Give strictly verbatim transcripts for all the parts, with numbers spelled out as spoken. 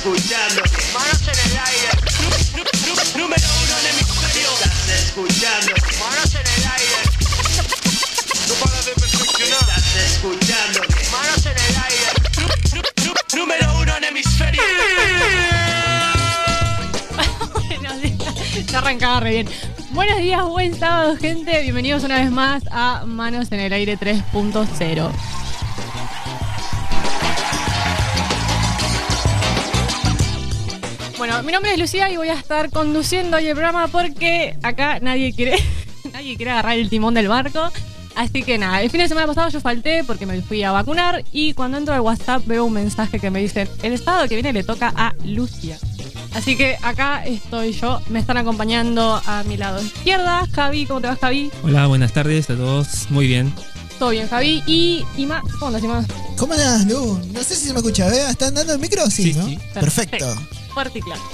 escuchando Manos en el aire. Número uno en hemisferio. Estás escuchando Manos en el aire. No para de perfeccionar. Estás escuchando Manos en el aire. Número uno en hemisferio. Buenos días. Ya arrancaba re bien. Buenos días, buen sábado, gente. Bienvenidos una vez más a Manos en el Aire tres punto cero. Bueno, mi nombre es Lucía y voy a estar conduciendo hoy el programa porque acá nadie quiere, nadie quiere agarrar el timón del barco. Así que nada, el fin de semana pasado yo falté porque me fui a vacunar y cuando entro al WhatsApp veo un mensaje que me dicen: el sábado que viene le toca a Lucía. Así que acá estoy yo, me están acompañando a mi lado izquierda. Javi, ¿cómo te vas, Javi? Hola, buenas tardes a todos, muy bien. Todo bien, Javi. Y Ima, ¿cómo andas, Ima? ¿Cómo andás, Lu? No sé si se me escucha, ¿eh? ¿Están dando el micro? Sí, Sí, ¿no? sí. Perfecto. Fuerte y claro.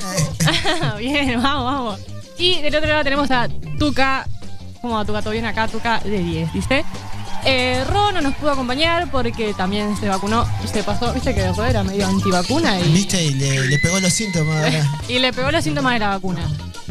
Bien, vamos, vamos. Y del otro lado tenemos a Tuca. ¿Cómo va, Tuca? ¿Todo bien acá? Tuca de diez, ¿viste? Eh, Ro no nos pudo acompañar porque también se vacunó. Se pasó, viste que Ro era medio antivacuna y... ¿Viste? Y le, le pegó los síntomas. ¿Verdad? y le pegó los síntomas de la vacuna.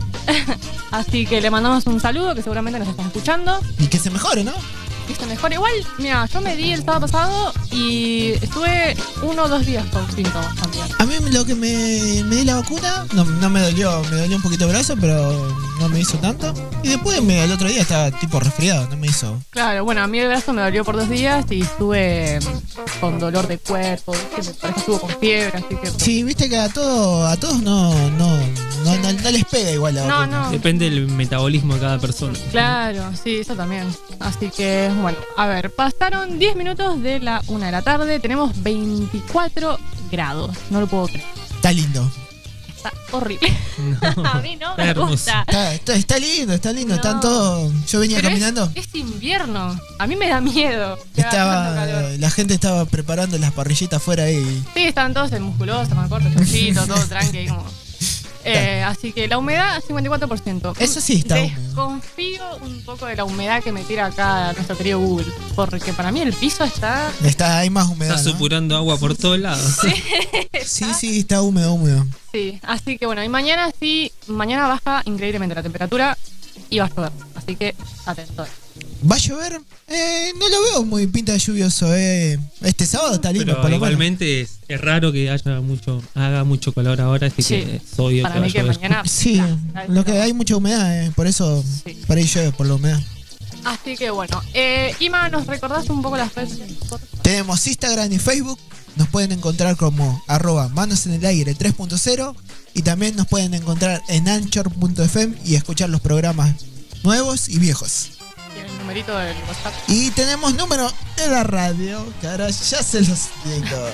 Así que le mandamos un saludo, que seguramente nos están escuchando. Y que se mejore, ¿no? Que se mejore. Igual, mira, yo me di el sábado pasado y estuve uno o dos días con síntomas también. A mí lo que me, me di la vacuna, no, no me dolió, me dolió un poquito el brazo, pero no me hizo tanto. Y después me, el otro día estaba tipo resfriado, no me hizo. Claro, bueno, a mí el brazo me dolió por dos días y estuve con dolor de cuerpo, que me parece que estuvo con fiebre, así que... Sí, viste que a todo, a todos no, no, no, no, no les pega igual la No, vacuna. no. Depende del metabolismo de cada persona. Claro, sí, eso también. Así que, bueno, a ver, pasaron diez minutos de la una de la tarde, tenemos veinticuatro grados, no lo puedo creer. Está lindo. Está horrible. No, A mí no está me hermoso. gusta. Está, está, está lindo, está lindo. No. Están todos. Yo venía Pero caminando. Es, es invierno, a mí me da miedo. que haga tanto Estaba, calor. la gente estaba preparando las parrillitas afuera ahí. Sí, estaban todos en musculosos, me acuerdo, chorcito, todo tranqui, como... Eh, así que la humedad, cincuenta y cuatro por ciento. Eso sí está húmedo. Desconfío un poco de la humedad que me tira acá nuestro querido Google. Porque para mí el piso está... Está ahí más humedad. Está ¿no? supurando agua por todos lados. Sí, sí, está húmedo, húmedo. Sí, así que bueno, y mañana sí, mañana baja increíblemente la temperatura y va a llover. Así que atentos. ¿Va a llover? Eh, no lo veo muy pinta de lluvioso. Eh. Este sábado está lindo, Pero por lo menos. igualmente es, es raro que haya mucho, haga mucho calor ahora, así Sí. que es obvio Para que va a mí que llover. mañana... Sí, la- la- lo que hay mucha humedad, eh, por eso Sí. por ahí llueve, por la humedad. Así que bueno, eh, Ima, ¿nos recordás un poco las redes? Tenemos Instagram y Facebook. Nos pueden encontrar como arroba manos en el aire tres punto cero. Y también nos pueden encontrar en anchor punto f m y escuchar los programas nuevos y viejos. Y el numerito del WhatsApp. Y tenemos número de la radio, que ahora ya se los digo.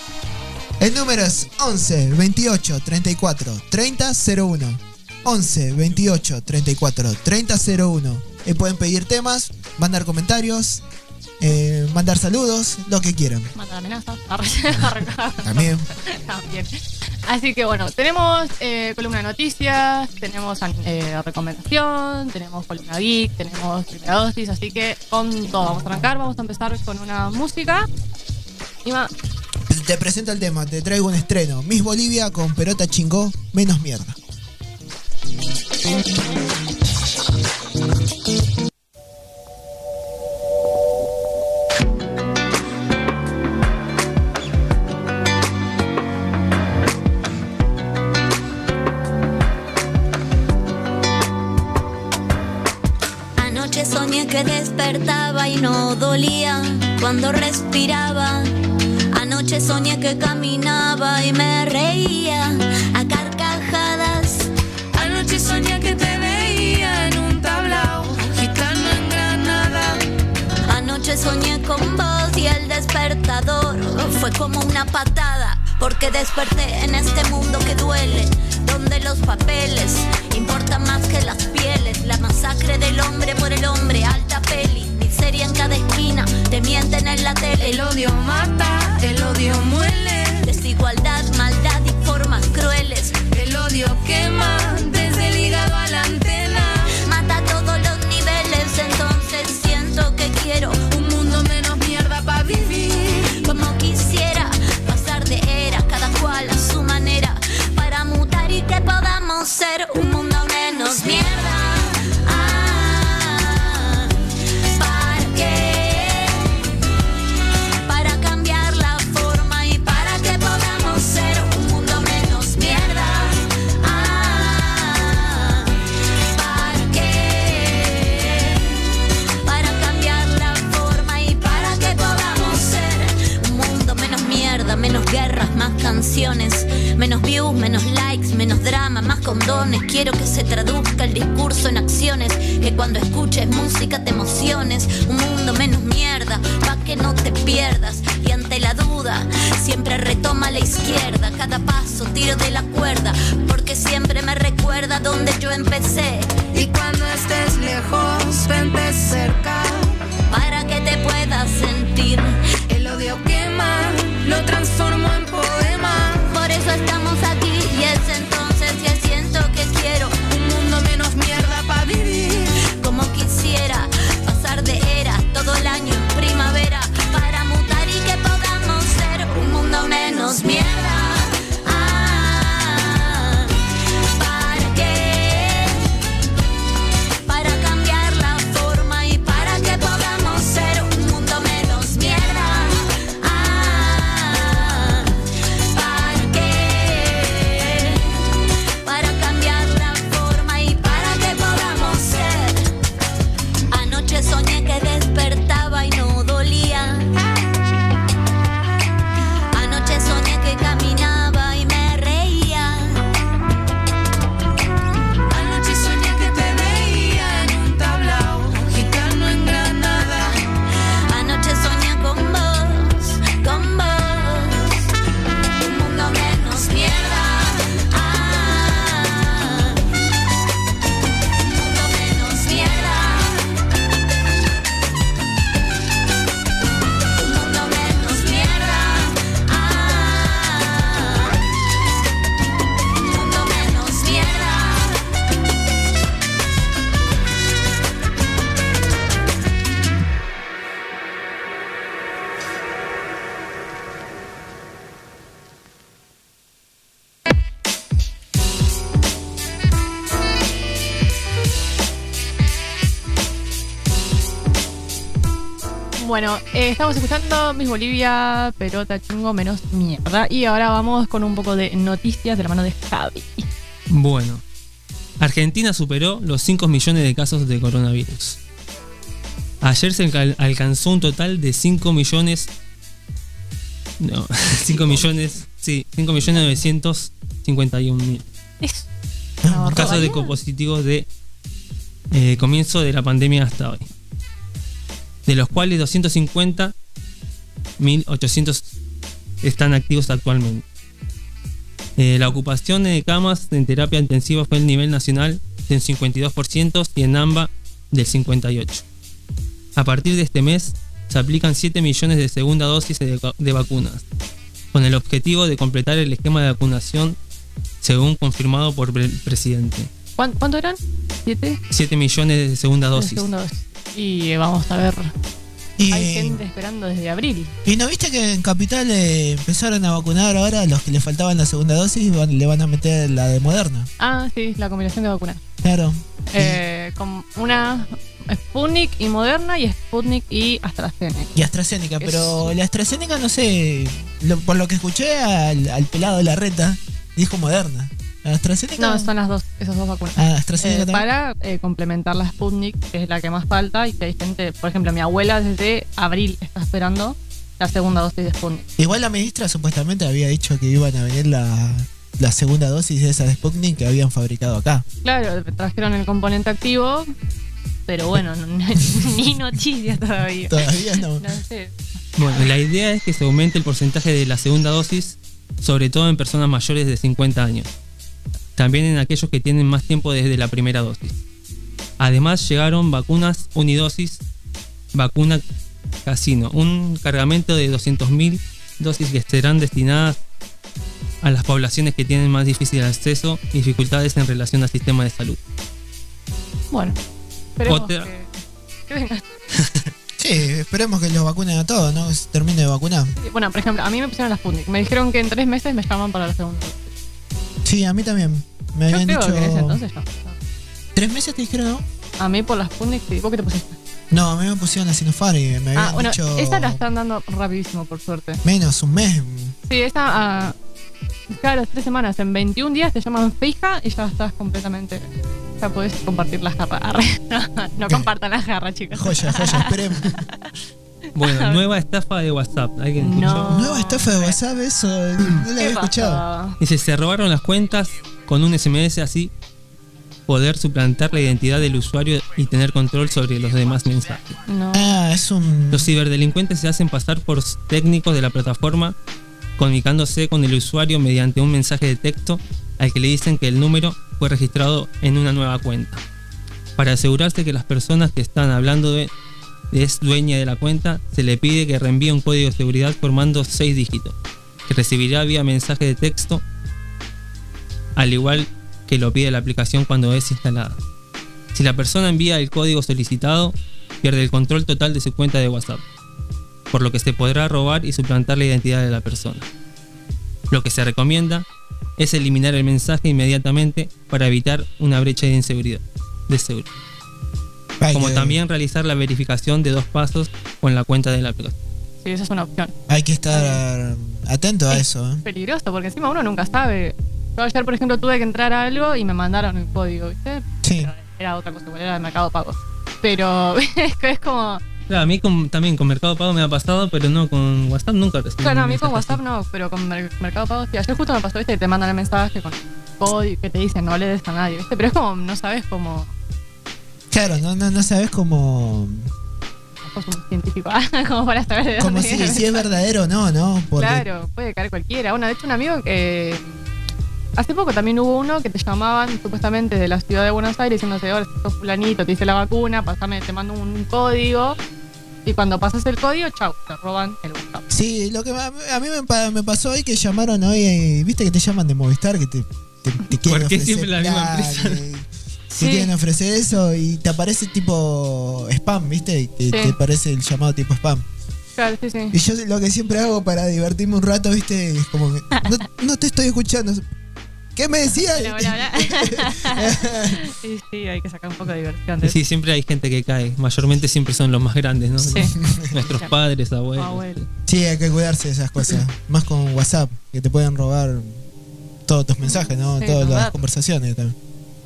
El número es once veintiocho treinta y cuatro treinta cero uno. once veintiocho treinta y cuatro treinta cero uno. Y pueden pedir temas, mandar comentarios, eh, mandar saludos, lo que quieran. Manda amenazas. También. También. Así que bueno, tenemos eh, columna de noticias, tenemos eh, recomendación, tenemos columna geek, tenemos primera dosis, así que con todo vamos a arrancar, vamos a empezar con una música. Ima, Te presento el tema, te traigo un estreno. Miss Bolivia con Perota Chingó, menos mierda. Anoche soñé que despertaba y no dolía cuando respiraba. Anoche soñé que caminaba y me reía a carcajadas. Anoche soñé que te veía en un tablao, gitano en Granada. Anoche soñé con vos y el despertador fue como una patada, porque desperté en este mundo que duele, donde los papeles importan más que las pieles. La masacre del hombre por el hombre, alta peli, miseria en cada esquina, te mienten en la tele. El odio mata, el odio muele, Desigualdad, maldad y formas crueles. el odio quema desde el hígado a la antena. Mata a todos los niveles, entonces siento que quiero Un mundo menos mierda pa' vivir. como quisiera pasar de era, cada cual a su manera. mierdas, más canciones, menos views, menos likes, menos drama, más condones. Quiero que se traduzca el discurso en acciones, que cuando escuches música te emociones. Un mundo menos mierda, pa' que no te pierdas. Y ante la duda, siempre retoma a la izquierda. Cada paso tiro de la cuerda, porque siempre me recuerda donde yo empecé. Y cuando estés lejos, vente cerca, para que te puedas sentir. el odio quema, lo transformo en poema. Por eso estamos aquí y es entonces que siento que quiero Un mundo menos mierda pa' vivir. como quisiera pasar de era todo el año en primavera, para mutar y que podamos ser un mundo menos mierda. Ah, ¿para qué? Para cambiar la forma y para que podamos ser un mundo menos mierda. Ah, ¿para qué? Para cambiar la forma y para que podamos ser. Anoche soñé que despertaba y no dolía. Anoche soñé que caminaba y me reía. Anoche soñé que te veía en un tablao, gitano en Granada. Anoche soñé con vos, con vos. Un mundo menos mierda. Ah, un mundo menos mierda. Un mundo menos mierda. Ah, un mundo menos mierda. Bueno, eh, estamos escuchando Miss Bolivia, Perota, Chungo, menos mierda. Y ahora vamos con un poco de noticias de la mano de Javi. Bueno, Argentina superó los cinco millones de casos de coronavirus. Ayer se alca- alcanzó un total de cinco millones. No, cinco millones. Sí, cinco millones novecientos cincuenta y un mil Es una casos de barbaridad. positivos de eh, comienzo de la pandemia hasta hoy. De los cuales doscientos cincuenta mil ochocientos están activos actualmente. Eh, la ocupación de camas en terapia intensiva fue el nivel nacional del cincuenta y dos por ciento y en AMBA del cincuenta y ocho por ciento. A partir de este mes se aplican siete millones de segunda dosis de, de vacunas, con el objetivo de completar el esquema de vacunación según confirmado por el presidente. ¿Cuán- ¿Cuánto eran? ¿Siete? siete millones de segunda dosis. Segunda dosis. Y eh, vamos a ver. Y, Hay gente esperando desde abril. ¿y no viste que en Capital eh, empezaron a vacunar ahora a los que le faltaban la segunda dosis? Van- le van a meter la de Moderna. Ah, sí, la combinación de vacunas. Claro. Eh, con una Sputnik y Moderna y Sputnik y AstraZeneca. Y AstraZeneca, pero Es- la AstraZeneca no sé, lo- por lo que escuché al, al pelado de la reta, dijo Moderna. ¿La AstraZeneca? No, son las dos, esas dos vacunas. Ah, AstraZeneca Eh, también. para eh, complementar la Sputnik, que es la que más falta, y que hay gente, por ejemplo, mi abuela desde abril está esperando la segunda dosis de Sputnik. Igual la ministra supuestamente había dicho que iban a venir la, la segunda dosis de esa de Sputnik que habían fabricado acá. Claro, trajeron el componente activo, pero bueno, no- no- ni noticias todavía. Todavía no. No sé. Bueno, la idea es que se aumente el porcentaje de la segunda dosis, sobre todo en personas mayores de cincuenta años. También en aquellos que tienen más tiempo desde la primera dosis. Además llegaron vacunas unidosis, vacuna casino, un cargamento de doscientas mil dosis que serán destinadas a las poblaciones que tienen más difícil acceso y dificultades en relación al sistema de salud. Bueno, esperemos Otra- que, que venga. Sí, esperemos que los vacunen a todos, ¿no? Que se termine de vacunar. Bueno, por ejemplo, a mí me pusieron la Sputnik. Me dijeron que en tres meses me llaman para la segunda dosis. Sí, a mí también. Me Yo habían creo dicho. que en ese entonces ya. ¿Tres meses te dijeron, no? A mí por la Sputnik, sí. ¿Vos qué te pusiste? No, a mí me pusieron la Sinopharm y me habían Ah, bueno, dicho. esta la están dando rapidísimo, por suerte. Menos un mes. Sí, esta, ah, claro, tres semanas. En veintiún días te llaman fija y ya estás completamente. Ya podés compartir la jarra. Arre. No, no compartan la jarra, chicos. Joya, joya, esperemos. Bueno, nueva estafa de WhatsApp. ¿Alguien escuchó? No. Nueva estafa de WhatsApp, eso no la había escuchado. Dice, se robaron las cuentas con un S M S, así poder suplantar la identidad del usuario y tener control sobre los demás mensajes. No. Ah, es un. Los ciberdelincuentes se hacen pasar por técnicos de la plataforma, comunicándose con el usuario mediante un mensaje de texto al que le dicen que el número fue registrado en una nueva cuenta. Para asegurarse que las personas que están hablando de es dueña de la cuenta, se le pide que reenvíe un código de seguridad formando seis dígitos, que recibirá vía mensaje de texto, al igual que lo pide la aplicación cuando es instalada. Si la persona envía el código solicitado, pierde el control total de su cuenta de WhatsApp, por lo que se podrá robar y suplantar la identidad de la persona. Lo que se recomienda es eliminar el mensaje inmediatamente para evitar una brecha de inseguridad. De seguridad. Ay, Como que- también realizar la verificación de dos pasos con la cuenta de la aplicación. Sí, esa es una opción. Hay que estar atento a eso, ¿eh? Peligroso, porque encima uno nunca sabe. Yo ayer, por ejemplo, tuve que entrar a algo y me mandaron el código, ¿viste? Sí. Pero era otra cosa, igual era de Mercado Pago. Pero es que es como... Claro, a mí con- también con Mercado Pago me ha pasado, pero no con WhatsApp nunca recibí. Claro, a un mí con mensaje WhatsApp no, pero con Mer- Mercado Pago sí. Ayer justo me pasó, ¿viste? Que te mandan el mensaje con código que te dicen no le des a nadie, ¿viste? Pero es como, no sabes cómo... Claro, no, no, no sabes cómo. Sos un científico, como para saber de Como dónde si, viene. si es verdadero o no, ¿no? Porque- Claro, puede caer cualquiera. Bueno, de hecho, un amigo que. Hace poco también hubo uno que te llamaban supuestamente de la ciudad de Buenos Aires diciéndose, ahora sos fulanito, te hice la vacuna, pasame, te mando un código. Y cuando pasas el código, chau, te roban el WhatsApp. Sí, lo que a mí a mí me, pa- me pasó hoy que llamaron hoy, eh, viste que te llaman de Movistar, que te, te, te quieren ¿Por qué ofrecer siempre la misma planes, empresa? Te Sí. quieren ofrecer eso y te aparece tipo spam, viste, y te, Sí. te aparece el llamado tipo spam. Claro, sí, sí. Y yo lo que siempre hago para divertirme un rato, viste, es como que no, no te estoy escuchando. ¿Qué me decías? Bla, bla, bla. Sí, sí, hay que sacar un poco de diversión. de Sí, siempre hay gente que cae. Mayormente siempre son los más grandes, ¿no? Sí. Nuestros Claro. padres, abuelos. Abuelos. Sí, hay que cuidarse de esas cosas. Más con WhatsApp, que te pueden robar todos tus mensajes, ¿no? Sí, Todas tus las datos. conversaciones también.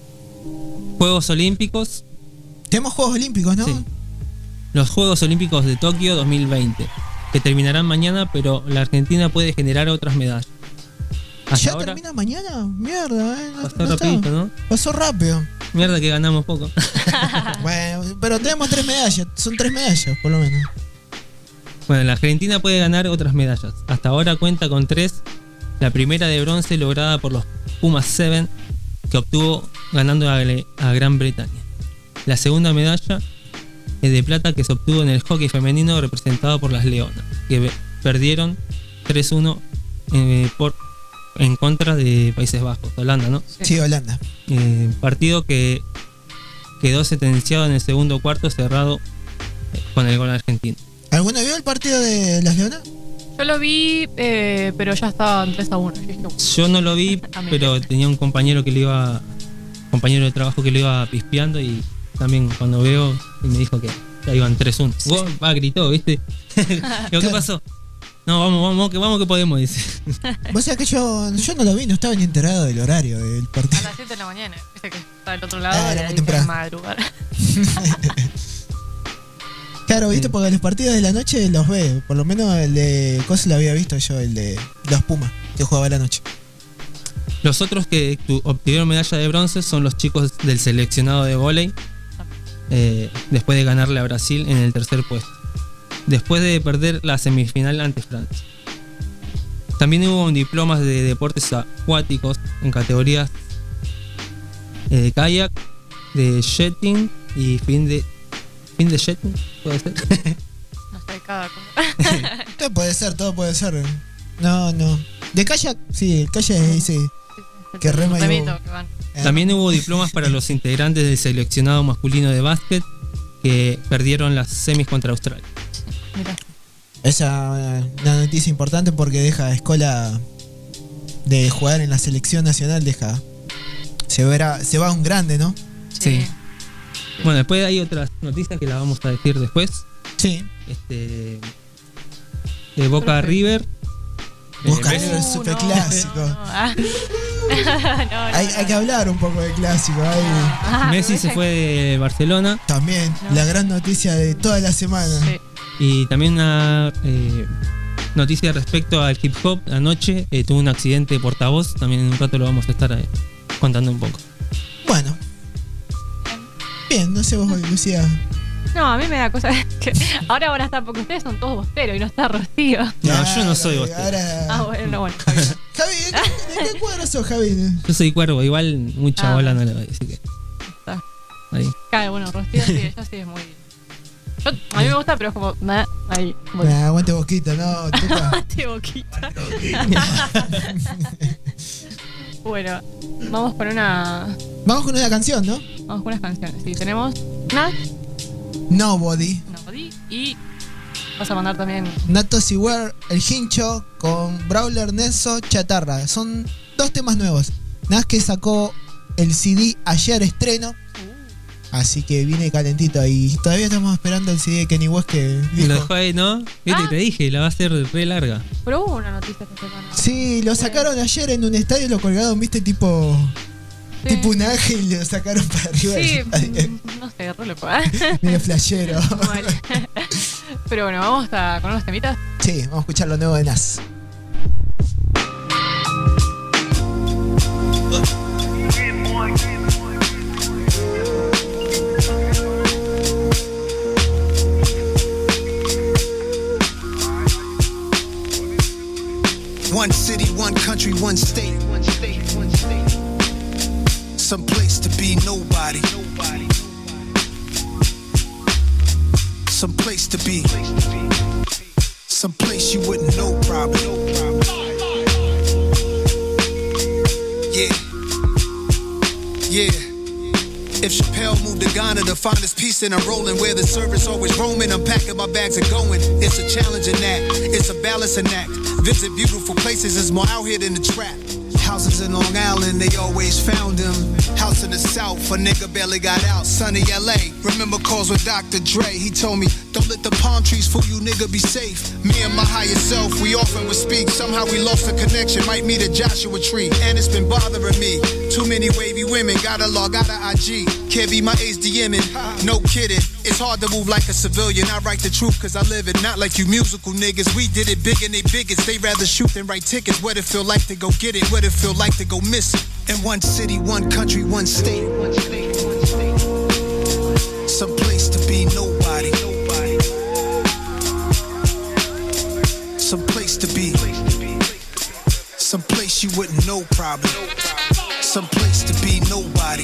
Juegos Olímpicos. Tenemos Juegos Olímpicos, ¿no? Sí. Los Juegos Olímpicos de Tokio dos mil veinte, que terminarán mañana, pero la Argentina puede generar otras medallas. Hasta ¿Ya ahora termina mañana? Mierda, ¿eh? No- pasó no está. rapidito, ¿no? Pasó rápido. Mierda que ganamos poco. Bueno, pero tenemos tres medallas. Son tres medallas, por lo menos. Bueno, la Argentina puede ganar otras medallas. Hasta ahora cuenta con tres. La primera de bronce lograda por los Pumas siete, que obtuvo ganando a, a Gran Bretaña. La segunda medalla es de plata, que se obtuvo en el hockey femenino representado por las Leonas, que ve- perdieron tres uno eh, por, en contra de Países Bajos, Holanda, ¿no? Sí, Holanda. Eh, partido que quedó sentenciado en el segundo cuarto, cerrado eh, con el gol argentino. ¿Alguno vio el partido de las Leonas? Yo lo vi, eh, pero ya estaban tres a uno. Yo dije, Yo no lo vi, A mí pero me- tenía un compañero que lo iba, compañero de trabajo que lo iba pispeando, y también cuando veo y me dijo que ya iban tres uno. Gol, va, gritó, ¿viste? Digo, ¿qué pasó? No, vamos, vamos, que vamos que podemos, dice. Vos sabés que yo, yo no lo vi, no estaba ni enterado del horario del A partido. las siete de la mañana. Viste que está del otro lado. Ah, y era muy ahí temprano. que madrugar. Claro, viste, Sí. porque los partidos de la noche los ve. Por lo menos el de Cosa lo había visto yo, el de los Pumas, que jugaba a la noche. Los otros que tu- obtuvieron medalla de bronce son los chicos del seleccionado de vóley, eh, después de ganarle a Brasil en el tercer puesto, después de perder la semifinal ante Francia. También hubo diplomas de deportes acuáticos en categorías eh, de kayak, de jetting y fin de fin de jetting, puede ser. No sé, cada cosa. Todo puede ser, todo puede ser. No, no. De kayak, sí, el kayak es ese. Que rema y Remito, vos- que van. eh, También hubo diplomas para los integrantes del seleccionado masculino de básquet, que perdieron las semis contra Australia. Mira. Esa es una noticia importante porque deja a Escola de jugar en la selección nacional, deja. Se, verá, se va un grande, ¿no? Sí. Bueno, después hay otras noticias que las vamos a decir después. Sí. Este, de Boca River. Boca Eh, River es Uh, súper no, clásico. no, ah. No, no, Hay, no, hay que no. hablar un poco de clásico. hay- Ah, Messi me se parece fue de Barcelona. También, No. la gran noticia de toda la semana. que- sí. Y también una eh, noticia respecto al hip hop. Anoche eh, tuvo un accidente de portavoz. También en un rato lo vamos a estar eh, contando un poco. Bueno. Bien, no sé vos, Lucía. No, a mí me da cosa que ahora van a estar porque ustedes son todos bosteros y no está Rocío. No, Claro, yo no soy bostero. Ahora... Ah, bueno, bueno. Javi. Javi, ¿de qué, de qué cuadro sos, Javi? Yo soy cuervo, igual mucha Ah. bola no le doy, así que. Está. Ahí. Claro, bueno, Rocío sí, ella sí es muy. Yo, a mí me gusta, pero es como. Nah, ahí. Voy. Nah, aguante boquita, no, tupa. Qué boquita. Bueno, vamos con una. Vamos con una canción, ¿no? Vamos con unas canciones. Sí, tenemos Nat, Nobody. Nobody y. Vas a mandar también. Natos y Wear, El Hincho con Brawler, Neso, Chatarra. Son dos temas nuevos. Nada más que sacó el C D ayer estreno. Así que viene calentito ahí. Todavía estamos esperando el C D de Kenny West que Y lo dijo. dejó ahí, ¿no? Viste, Ah. te dije, la va a hacer re larga. Pero hubo una noticia esta semana. Sí, lo sacaron ayer en un estadio, lo colgaron, viste, tipo. Sí. Tipo un ángel y lo sacaron para arriba del Sí, estadio. mm, no sé, re loco, ¿eh? Medio flashero. Mal. Pero bueno, vamos a, con unos temitas. Sí, vamos a escuchar lo nuevo de Nas. One city, one country, one state. Some place to be nobody. Some place to be. Some place you wouldn't know probably. Yeah. Yeah. If Chappelle moved to Ghana to find his peace and I'm rolling where the service always roaming, I'm packing my bags and going. It's a challenging act, it's a balancing act. Visit beautiful places, it's more out here than the trap. Houses in Long Island, they always found him. House in the South, a nigga barely got out. Sunny L A, remember calls with Doctor Dre. He told me, don't let the palm trees fool you, nigga, be safe. Me and my higher self, we often would speak. Somehow we lost a connection, might meet a Joshua tree. And it's been bothering me. Too many wavy women, gotta log out of I G. Can't be my ace DMing, no kidding. It's hard to move like a civilian. I write the truth cause I live it, not like you musical niggas. We did it big and they biggest. They rather shoot than write tickets. What it feel like to go get it, what it feel like to go miss it. In one city, one country, one state. Some place to be nobody. Some place to be. Some place you wouldn't know probably. Some place to be nobody.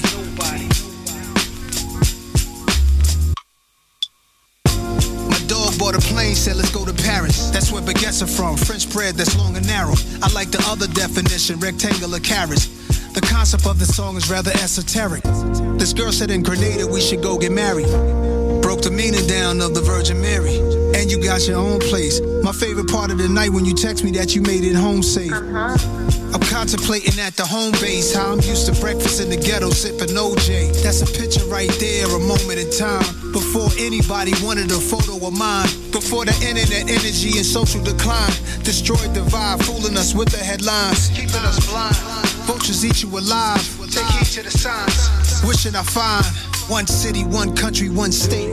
Dog bought a plane, said let's go to Paris. That's where baguettes are from, French bread that's long and narrow. I like the other definition, rectangular carrots. The concept of the song is rather esoteric. This girl said in Grenada we should go get married. Broke the meaning down of the Virgin Mary. And you got your own place. My favorite part of the night when you text me that you made it home safe. Uh-huh. I'm contemplating at the home base how I'm used to breakfast in the ghetto sipping O J. That's a picture right there, a moment in time. Before anybody wanted a photo of mine. Before the internet energy and social decline destroyed the vibe, fooling us with the headlines, keeping us blind. Vultures eat you alive. Take heed to the signs. Wishing I find one city, one country, one state.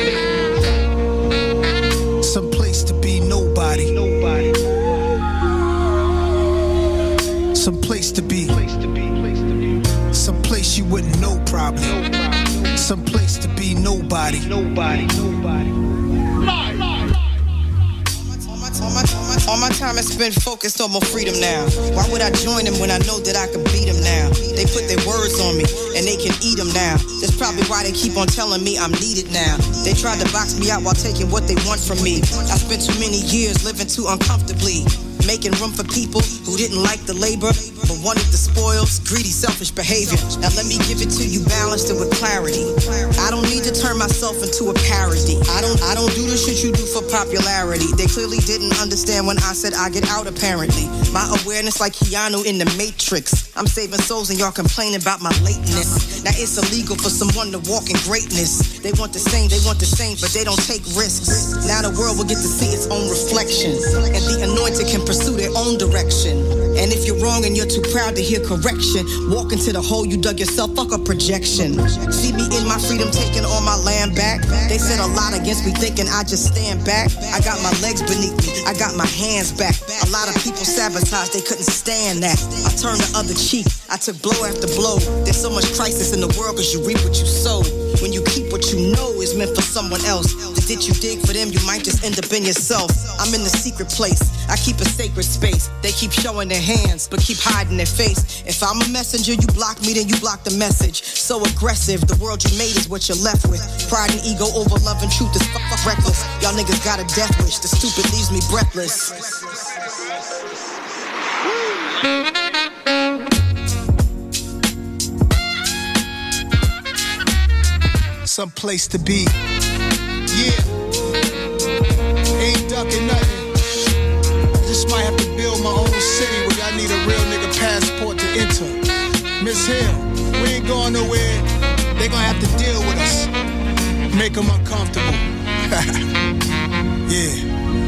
Some place to be nobody. Some place to be. Some place you wouldn't know probably. Some place to be nobody. Nobody. Nobody. All my, all, my, all my time is spent focused on my freedom now. Why would I join them when I know that I can beat them now? They put their words on me and they can eat them now. That's probably why they keep on telling me I'm needed now. They tried to box me out while taking what they want from me. I spent too many years living too uncomfortably, making room for people who didn't like the labor but wanted the spoils, greedy, selfish behavior. Now let me give it to you balanced and with clarity. I don't need to turn myself into a parody. I don't I don't do the shit you do for popularity. They clearly didn't understand when I said I get out apparently. My awareness like Keanu in the Matrix. I'm saving souls and y'all complaining about my lateness. Now it's illegal for someone to walk in greatness. They want the same, they want the same, but they don't take risks. Now the world will get to see its own reflection, and the anointed can pursue their own direction. And if you're wrong and you're too proud to hear correction, walk into the hole you dug yourself, fuck a projection. See me in my freedom taking all my land back. They said a lot against me thinking I just stand back. I got my legs beneath me, I got my hands back. A lot of people sabotaged, they couldn't stand that. I turned the other cheek, I took blow after blow. There's so much crisis in the world cause you reap what you sow. When you keep what you know is meant for someone else, did you dig for them, you might just end up in yourself. I'm in the secret place, I keep a sacred space. They keep showing their hands, but keep hiding their face. If I'm a messenger, you block me, then you block the message. So aggressive, the world you made is what you're left with. Pride and ego over love and truth is fuck, fuck reckless. Y'all niggas got a death wish, the stupid leaves me breathless. Some place to be. Yeah. Ain't ducking nothing. Just might have to build my own city where I need a real nigga passport to enter. Miss Hill, we ain't going nowhere. They gonna have to deal with us. Make them uncomfortable. Yeah.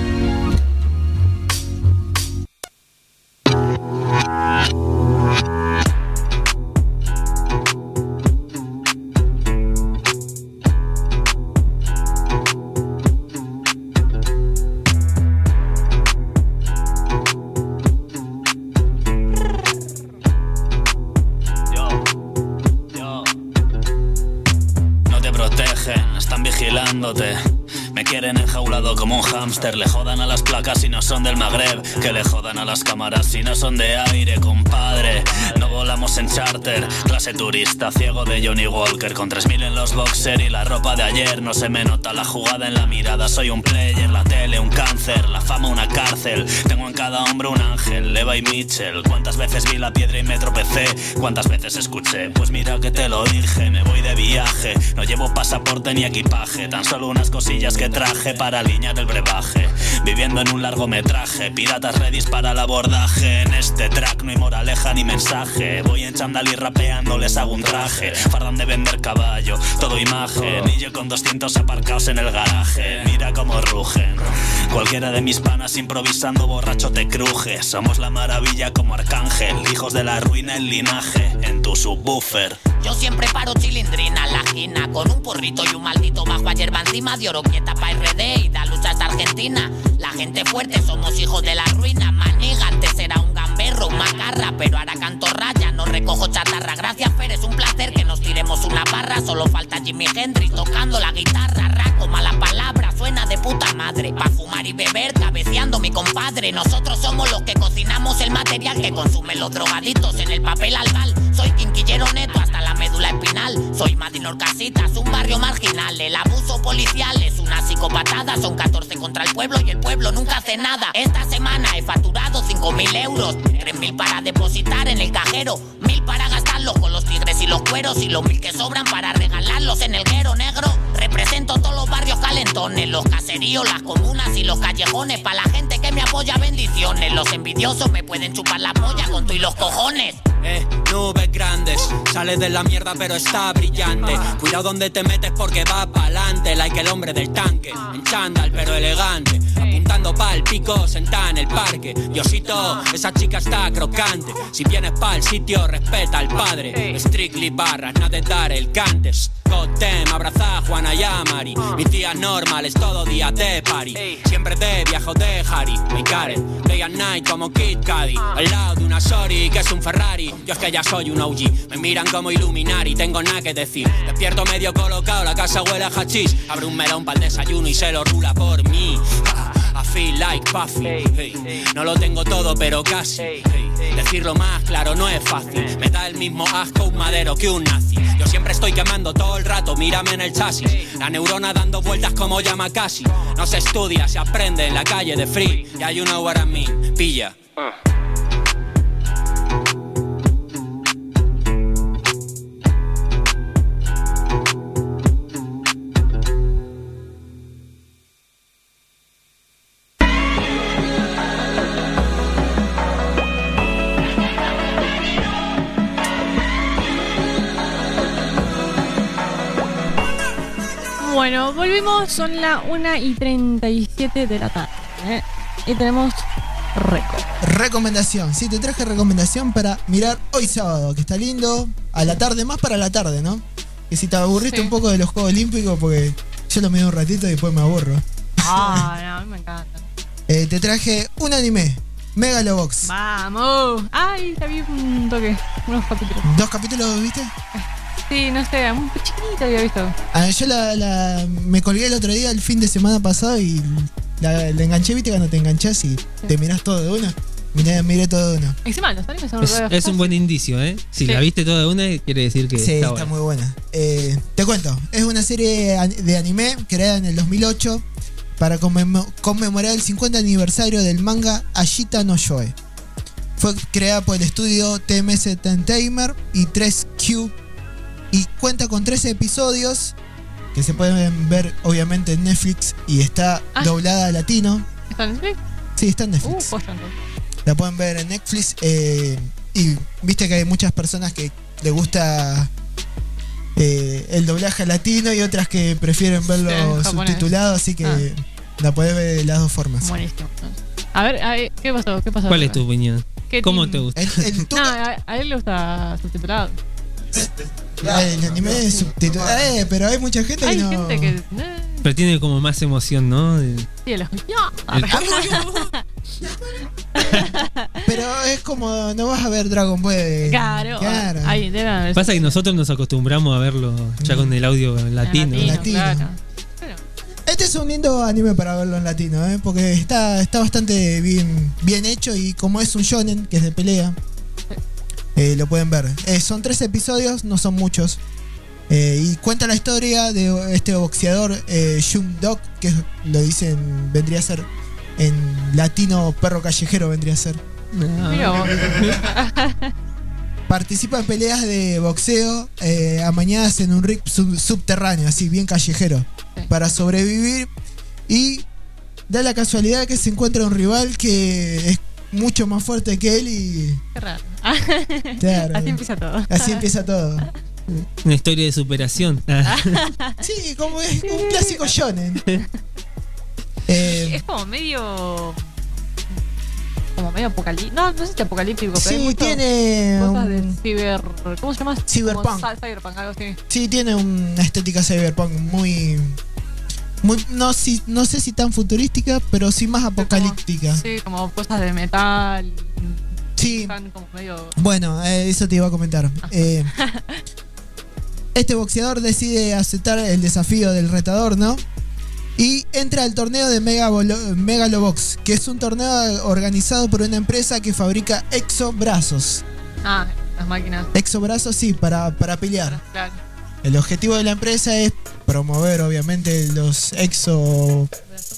Me quieren enjaulado como un hámster. Le jodan a las placas si no son del Magreb. Que le jodan a las cámaras si no son de aire, compadre. No volamos en charter. Clase turista, ciego de Johnny Walker. Con tres mil en los boxer y la ropa de ayer. No se me nota la jugada en la mirada. Soy un player, la tele un cáncer. La fama una cárcel. Tengo en cada hombro un ángel, Eva y Mitchell. ¿Cuántas veces vi la piedra y me tropecé? ¿Cuántas veces escuché? Pues mira que te lo dije. Me voy de viaje. No llevo pasaporte ni equipaje. Tan solo unas cosillas que traje para alinear el brebaje. Viviendo en un largometraje, piratas redis para el abordaje. En este track no hay moraleja ni mensaje. Voy en chándal y rapeando les hago un traje. Fardan de vender caballo, todo imagen. Y yo con doscientos aparcados en el garaje. Mira cómo rugen. Cualquiera de mis panas improvisando borracho te cruje. Somos la maravilla como Arcángel. Hijos de la ruina en linaje. En tu subwoofer. Yo siempre paro chilindrina en la esquina con un porrito y un maldito bajo a hierba encima de oro quieta pa' R D y da lucha esta Argentina. La gente fuerte somos hijos de la ruina. Maniga, antes era un gamberro, un macarra, pero ahora canto raya, no recojo chatarra. Gracias, Fer, es un placer que nos tiremos una barra. Solo falta Jimi Hendrix tocando la guitarra. Raco, mala palabra, suena de puta madre. Pa' fumar y beber, cabeceando mi compadre. Nosotros somos los que cocinamos el material que consumen los drogaditos en el papel albal. Soy quinquillero neto hasta la médula espinal. Soy Madinor Casitas, un barrio marginal. El abuso policial es una psicopatada. Son catorce contra el pueblo y el pueblo nunca hace nada. Esta semana he facturado cinco mil euros. tres mil para depositar en el cajero. Mil para gastarlos con los tigres y los cueros. Y los mil que sobran para regalarlos en el guero negro. Represento todos los barrios calentones. Los caseríos, las comunas y los callejones. Pa' la gente que me apoya, bendiciones. Los envidiosos me pueden chupar la polla con tú y los cojones. Eh, nubes grandes, sales de la mierda pero está brillante. Cuidado donde te metes porque va pa'lante. Like el hombre del tanque, en chándal pero elegante. Apuntando pa'l pico, sentada en el parque. Diosito, esa chica está crocante. Si vienes pa'l sitio, respeta al padre. Strictly barras, nada de dar el cantes. Goddamn, abraza a Juana y a Mari. Mis días normales, todo día de party. Siempre de viajo de Harry. Mi Karen, day and night como Kid Cudi. Al lado de una Shorty que es un Ferrari. Yo es que ya soy un O G. Me miran como Illuminati, tengo nada que decir. Despierto medio colocado, la casa huele a hachís. Abre un melón para el desayuno y se lo rula por mí. I feel like Puffy. Hey. No lo tengo todo, pero casi. Hey. Decirlo más claro no es fácil. Me da el mismo asco un madero que un nazi. Yo siempre estoy quemando todo el rato, mírame en el chasis. La neurona dando vueltas como Yamakasi. No se estudia, se aprende en la calle de Free. Yeah, you know what I mean, pilla. uh. Bueno, volvimos, son las una y treinta y siete de la tarde, ¿eh? Y tenemos Reco. Recomendación. Sí, te traje recomendación para mirar hoy sábado, que está lindo. A la tarde, más para la tarde, ¿no? Que si te aburriste Sí. un poco de los Juegos Olímpicos, porque yo lo miro un ratito y después me aburro. Ah, no, a mí me encanta. Eh, te traje un anime, Megalobox. Vamos. Ay, ya vi un toque. Unos capítulos. ¿Dos capítulos viste? Sí, no sé, un chiquitito había visto. Ah, yo la, la- me colgué el otro día, el fin de semana pasado, y la, la enganché, viste, cuando te enganchás y te mirás todo de una. Miré, miré todo de una. Encima, los animes son Es, re es un buen indicio, ¿eh? Si Sí. la viste toda de una, quiere decir que Sí, está, está, buena. muy buena. Eh, te cuento, es una serie an- de anime creada en el dos mil ocho para conmemo- conmemorar el cincuenta aniversario del manga Ashita no Shoe. Fue creada por el estudio T M S Entertainment y tres Q y cuenta con trece episodios que se pueden ver obviamente en Netflix y está Ah. doblada a latino. ¿Está en Netflix? Sí, está en Uh, Netflix. pollo entonces. La pueden ver en Netflix. eh, y viste que hay muchas personas que les gusta eh, el doblaje latino y otras que prefieren verlo Sí, en japonés. subtitulado, así que Ah. la podés ver de las dos formas. Buenísimo. A ver, a ver, ¿qué pasó? ¿Qué pasó? ¿Cuál es tu opinión? ¿Qué ¿Cómo team? te gusta? El, el No, a, a él le gusta subtitulado. Ah, el anime es subtitulado. Eh, pero hay mucha gente Hay que no. gente que. eh, Pero tiene como más emoción, ¿no? De- Sí, el El- Pero es como. No vas a ver Dragon Ball. Claro. Claro. Ahí debe haber. Pasa que nosotros nos acostumbramos a verlo ya con el audio latino. Latino, Latino. claro. Este es un lindo anime para verlo en latino, ¿eh? Porque está, está bastante bien, bien hecho y como es un shonen, que es de pelea, eh, lo pueden ver. Eh, son tres episodios, no son muchos. Eh, y cuenta la historia de este boxeador, eh, Jung Dok, que es- lo dicen, vendría a ser en latino perro callejero, vendría a ser. Mira vos. Participa en peleas de boxeo eh, amañadas en un ring sub- subterráneo, así bien callejero, Sí. para sobrevivir. Y da la casualidad que se encuentra un rival que es mucho más fuerte que él y Qué raro. Claro. Así empieza todo. así empieza todo. Una historia de superación. Ah. Sí, como es un clásico shonen. Eh, Es como medio. Como medio apocalíptico. No, no sé si apocalíptico, pero hay sí, mucho tiene cosas un- de ciber. ¿Cómo se llama? Cyberpunk. Como cy- Cyberpunk, algo así. Sí, tiene una estética cyberpunk muy. muy no, si, no sé si tan futurística, pero sí más apocalíptica. Sí, como cosas de metal. Sí. Están como medio. Bueno, eh, eso te iba a comentar. Eh, este boxeador decide aceptar el desafío del retador, ¿no? Y entra al torneo de Megabolo- Megalobox, que es un torneo organizado por una empresa que fabrica exobrazos. Ah, las máquinas. Exobrazos, sí, para, para pelear. Claro. El objetivo de la empresa es promover, obviamente, los exobrazos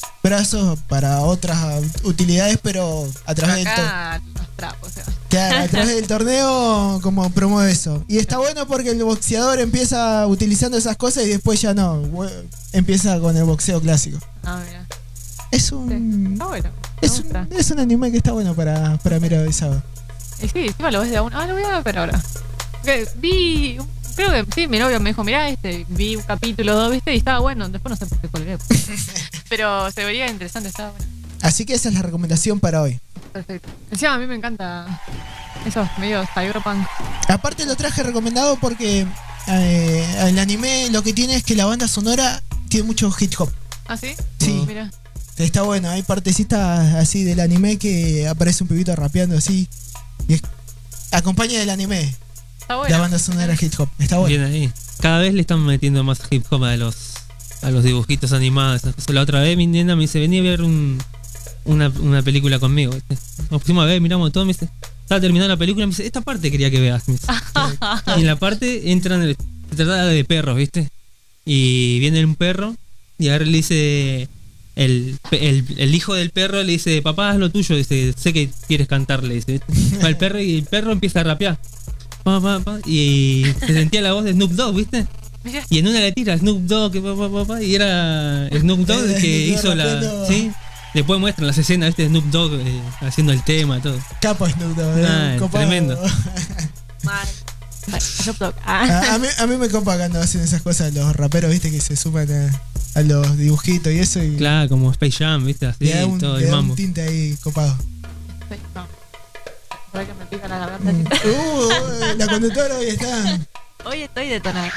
para otras utilidades, pero a través del torneo. Acá los trapos, o sea. Claro, a través del torneo como promueve eso. Y está bueno porque el boxeador empieza utilizando esas cosas y después ya no. we- Empieza con el boxeo clásico. Ah, mira. Es un. Está bueno. Me Es gusta. un, es un anime que está bueno para, para mirar hoy sábado. Y sí, encima lo ves de a uno. Ah, lo voy a ver ahora. Que vi. Creo que sí, mi novio me dijo, mirá este, vi un capítulo, dos, ¿viste? Y estaba bueno. Después no sé por qué colgué. Pero se vería interesante, estaba bueno. Así que esa es la recomendación para hoy. Perfecto. Encima a mí me encanta esos medios cyberpunk. Aparte lo traje recomendado porque eh, el anime lo que tiene es que la banda sonora tiene mucho hip hop. ¿Ah, sí? Sí. Mira. Está bueno, hay partecitas así del anime que aparece un pibito rapeando así. Y es- acompaña del anime. Está bueno. La banda sonora hip hop. Está bueno. Bien ahí. Cada vez le están metiendo más hip hop a los, a los dibujitos animados. esas cosas. La otra vez mi nena me dice, vení a ver un, una, una película conmigo. ¿viste? Nos pusimos a ver, miramos todo, me dice, estaba terminando la película, me dice, esta parte quería que veas. me dice. Y en la parte entran, se trata de perros, ¿viste? Y viene un perro y ahora le dice, el, el, el hijo del perro le dice, papá, haz lo tuyo, dice, sé que quieres cantar, le dice. ¿viste? Va el perro y el perro empieza a rapear. Pa, pa, pa, y se sentía la voz de Snoop Dogg, ¿viste? Mira. Y en una le tira Snoop Dogg, pa, pa, pa, pa, y era Snoop Dogg el que Snoop hizo Dogg la... rapeando. ¿sí? Después muestran las escenas, ¿viste? De Snoop Dogg eh, haciendo el tema, todo. Capo Snoop Dogg, eh, Ah, copado. tremendo. Mal. Bueno, Snoop Dogg. Ah. A, a mí, a mí me copa cuando hacen esas cosas los raperos, viste, que se suman a, a los dibujitos y eso y Claro, como Space Jam, ¿viste? Así, le da un, todo le el da un mambo. tinte ahí copado. No. Por ahí que me pica la garganta. Uh, la conductora hoy está. Hoy estoy detonada.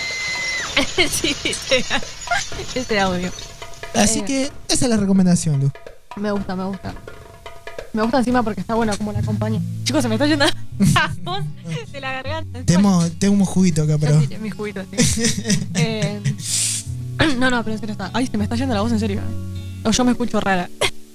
Sí, ese, ese audio. Así Eh, que esa es la recomendación, Lu. Me gusta, me gusta. Me gusta encima porque está buena como la compañía. Chicos, se me está yendo la voz de la garganta. Tenemos, tenemos juguito acá, pero. Sí, mi juguito, sí. eh, no, no, pero en serio está. Ay, se me está yendo la voz en serio. O yo me escucho rara.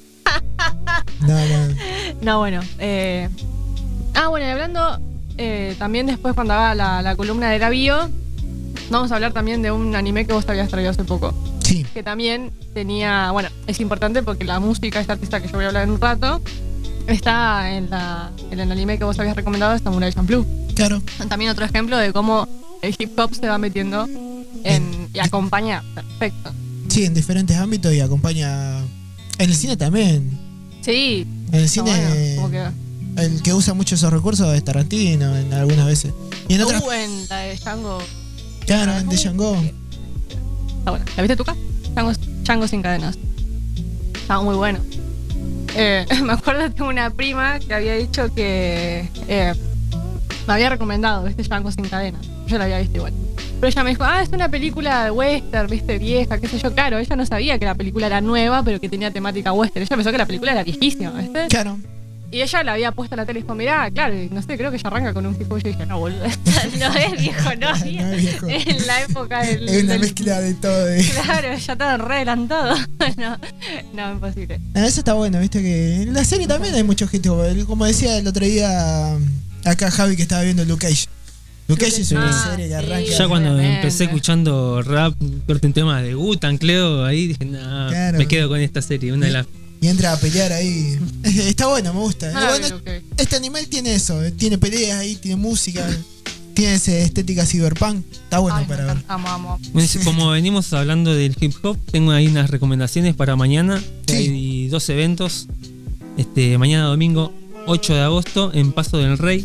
No, no. No, bueno. Eh, ah, bueno, y hablando eh, también después cuando haga la, la columna de la bio, vamos a hablar también de un anime que vos te habías traído hace poco. Sí. Que también tenía, bueno, es importante porque la música de esta artista que yo voy a hablar en un rato está en, la, en el anime que vos habías recomendado, Samurai Champloo. Claro. También otro ejemplo de cómo el hip hop se va metiendo en, y acompaña perfecto. Sí, en diferentes ámbitos y acompaña. En el cine también. Sí. En el está cine. bueno, como que- El que usa mucho esos recursos es Tarantino, en algunas veces. Y en otras. Uh, en la de Django. Claro, en Django. Está bueno. ¿La viste tú, Ca? Django, Django sin cadenas. Estaba muy bueno. Eh, me acuerdo que tengo una prima que había dicho que eh, me había recomendado este Django sin cadenas. Yo la había visto igual. Pero ella me dijo, ah, es una película de western, viste, vieja, qué sé yo. Claro, ella no sabía que la película era nueva, pero que tenía temática western. Ella pensó que la película era viejísima, ¿viste? Claro. Y ella la había puesto en la tele y dijo, mirá, claro, y no sé, creo que ella arranca con un hip hop. Y yo dije, no, boludo, no es viejo, no, No es viejo. en la época del... Es una del- mezcla de todo. De... Claro, ya estaba re adelantado. no, no, imposible. No, eso está bueno, viste que en la serie también hay muchos hits. Como decía el otro día acá Javi que estaba viendo Luke Cage. Luke Cage es una Ah, serie que sí. arranca. Ya cuando Obviamente. empecé escuchando rap, corte un tema de Wu-Tang, Cleo, ahí dije, nah, Claro. me quedo con esta serie, una de las... Y entra a pelear ahí. Está bueno, me gusta. No la Bueno, vi, Luke Cage. este animal tiene eso, eh, tiene peleas ahí, tiene música, tiene esa estética cyberpunk. Está bueno Ay, me para ver. encanta. Amo, amo. Bueno, como venimos hablando del hip hop, tengo ahí unas recomendaciones para mañana. Que Sí. Hay dos eventos. Este, mañana domingo ocho de agosto en Paso del Rey.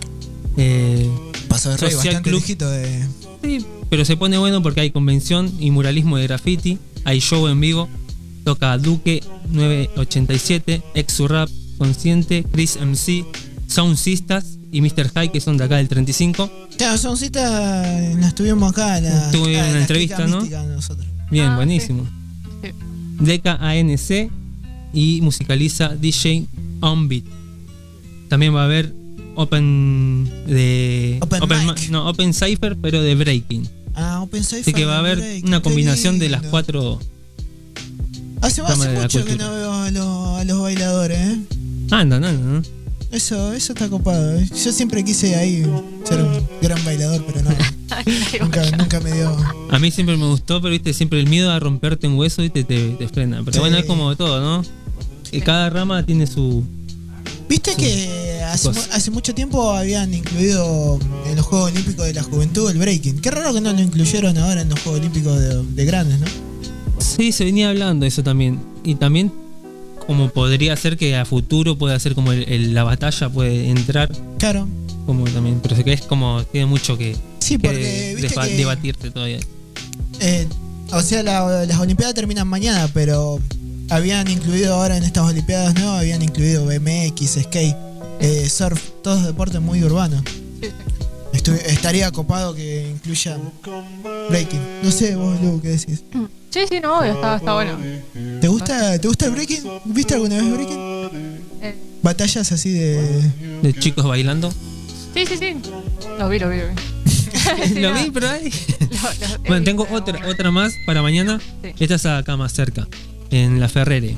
Eh, Paso de Rey, Social bastante Club. lejito de. sí, pero se pone bueno porque hay convención y muralismo de graffiti. Hay show en vivo. Toca Duque nueve ochenta y siete, Exurrap, Consciente, Chris M C, Sound Sisters y mister High, que son de acá del treinta y cinco. Claro, son citas, las tuvimos acá. en La, Tuvieron ah, en una la entrevista, clica ¿no? mística nosotros. Bien, Ah, buenísimo. Sí. Deca A N C y musicaliza D J Onbeat. También va a haber Open de Open ma- mic. no, Open Cypher, pero de breaking. Ah, Open Cypher. Así que va a haber Break, una qué combinación de las lindo. cuatro. Hace, ramas hace de la mucho que cultura. no veo a los, a los bailadores, ¿eh? Andan, andan, ¿no? Eso, eso está copado. ¿eh? Yo siempre quise ahí ser un gran bailador, pero no. nunca, nunca me dio. A mí siempre me gustó, pero viste, siempre el miedo a romperte un hueso ¿viste? Te, te frena. Pero Sí. bueno, es como todo, ¿no? Y cada rama tiene su. Viste que hace, mu- Cosa. hace mucho tiempo habían incluido en los Juegos Olímpicos de la Juventud el breaking. Qué raro que no lo incluyeron ahora en los Juegos Olímpicos de, de grandes, ¿no? Sí, se venía hablando de eso también. Y también, como podría ser que a futuro pueda ser como el- el- la batalla puede entrar. Claro. Como también, pero sé que es como, tiene mucho que, Sí, que porque viste defa- que- debatirse todavía. Eh, o sea, la- las Olimpiadas terminan mañana, pero habían incluido ahora en estas Olimpiadas nuevas, habían incluido B M X, skate, eh, surf, todos deportes muy urbanos. Estu- estaría copado que incluya breaking. No sé, vos, Lu, ¿qué decís? Sí, sí, no, obvio, está, está bueno. ¿Te gusta, ¿Te gusta el breaking? ¿Viste alguna vez breaking? Eh, Batallas así de. De chicos bailando. sí, sí, sí. Lo vi, lo vi, lo vi. Lo no. vi, pero ahí. Lo- lo- Bueno, eh, tengo pero otra, bueno. otra más para mañana. Sí. Esta es acá más cerca, en la Ferrere.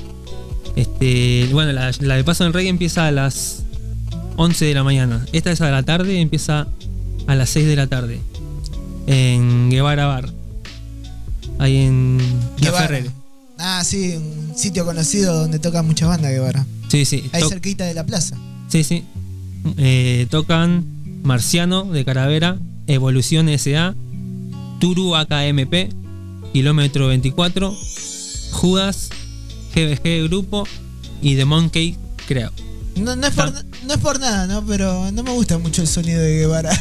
Este, bueno, la, la de Paso del Rey empieza a las once de la mañana. Esta es a la tarde, empieza a las seis de la tarde. En Guevara Bar. Ahí en la Guevara. Ferrere. Ah, sí, un sitio conocido donde tocan muchas bandas, Guevara. Sí, sí. Ahí to- cerquita de la plaza. sí, sí. Eh, tocan Marciano de Caravera, Evolución S A, Turu A K M P, Kilómetro veinticuatro, Judas, G B G Grupo y The Monkey, creo. No, no, es por, no es por nada, ¿no? Pero no me gusta mucho el sonido de Guevara.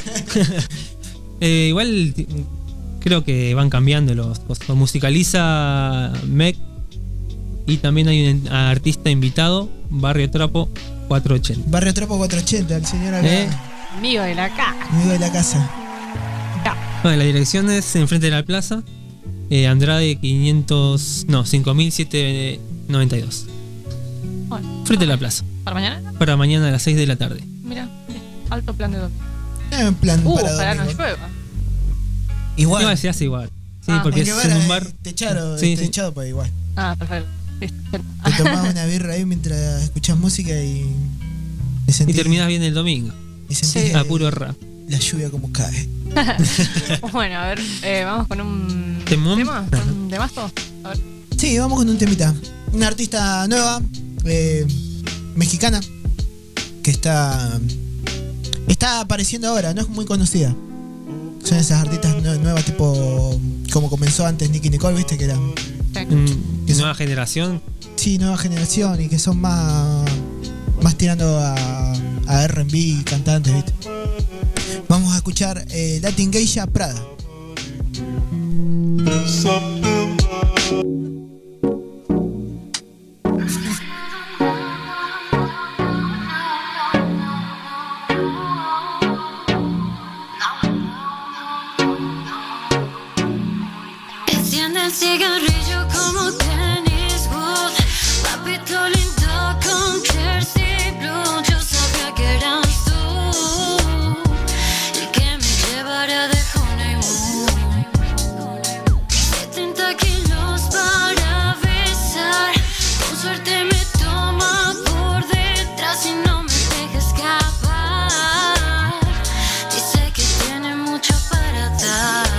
Eh, igual ti- creo que van cambiando los cosas. Musicaliza Mec Y también hay un artista invitado, Barrio Trapo cuatrocientos ochenta. Barrio Trapo cuatrocientos ochenta, el señor acá. ¿Eh? Amigo de la casa. Amigo de la casa. Bueno, la dirección es enfrente de la plaza. Eh, Andrade quinientos. No, cinco mil setecientos noventa y dos. Bueno, frente de la plaza. ¿Para mañana? Para mañana a las seis de la tarde. Mira, alto plan de domingo. Es un plan Uh, para ojalá no domingo. llueva. Igual. Igual se hace igual. Sí, Ah, porque Es es que en un bar bar. techado, Sí, sí. techado, pues igual. Ah, perfecto. Listo. Te tomás una birra ahí mientras escuchás música y. Y, Y sentís- terminás bien el domingo. y sentís A eh, puro rap. la lluvia como cae. Bueno, a ver, eh, vamos con un ¿Temón? tema, con un temazo. A ver. Sí, vamos con un temita. Una artista nueva, eh, mexicana, que está. Está apareciendo ahora, no es muy conocida. Son esas artistas nue- nuevas, tipo. Como comenzó antes Nicki Nicole, viste, que eran. Mm, nueva generación. Sí, nueva generación y que son más. Más tirando a, a R and B cantantes, viste. Vamos a escuchar eh, Latin Geisha Prada. Enciende el cigarrillo como tenis wood. Papito lindo con jersey blue. Yo sabía que eras tú el que me llevaría de honeymoon. setenta kilos para besar. Con suerte me toma por detrás y no me deja escapar. Dice que tiene mucho para dar.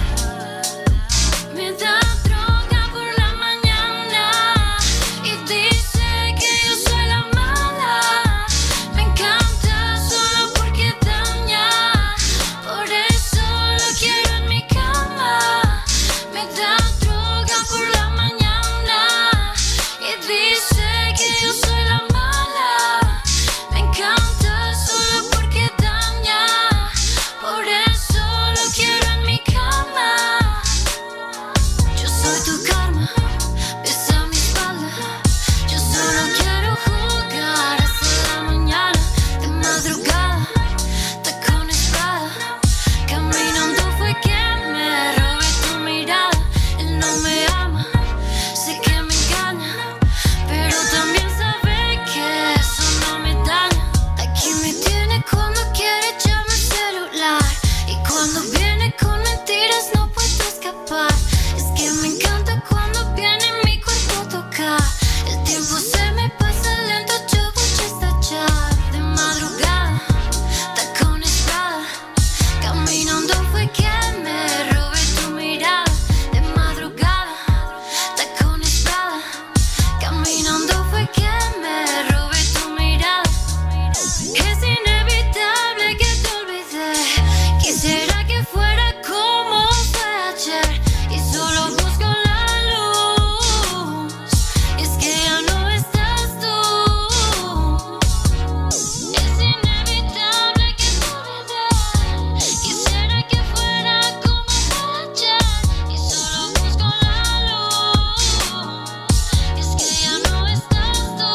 Me da droga por la mañana y dice que yo soy la mala. Me encanta solo porque daña, por eso lo quiero en mi cama. Me da droga por la mañana y dice que yo soy la mala. Me encanta solo porque daña, por eso lo quiero en mi cama. Yo soy tu karma, besa mi espalda. Yo solo quiero jugar hasta la mañana. De madrugada, tacones Prada. Caminando fue que me robé tu mirada. Él no me ama, sé que me engaña, pero también sabe que eso no me daña. Aquí me tiene cuando quiere echarme el celular, y cuando viene con mentiras no puedo escapar. Es que me encanta cuando viene mi cuerpo a tocar. El tiempo se me pasa lento, yo voy a estallar. De madrugada, tacones Prada. Caminando fue que me robé tu mirada. De madrugada, tacones Prada. Caminando fue que me robé tu mirada. Es inevitable que te olvidé. Quisiera que fuera como fue ayer y solo busco la luz. Es que ya no estás tú. Es inevitable que te olvidé. Quisiera que fuera como fue ayer y solo busco la luz. Es que ya no estás tú.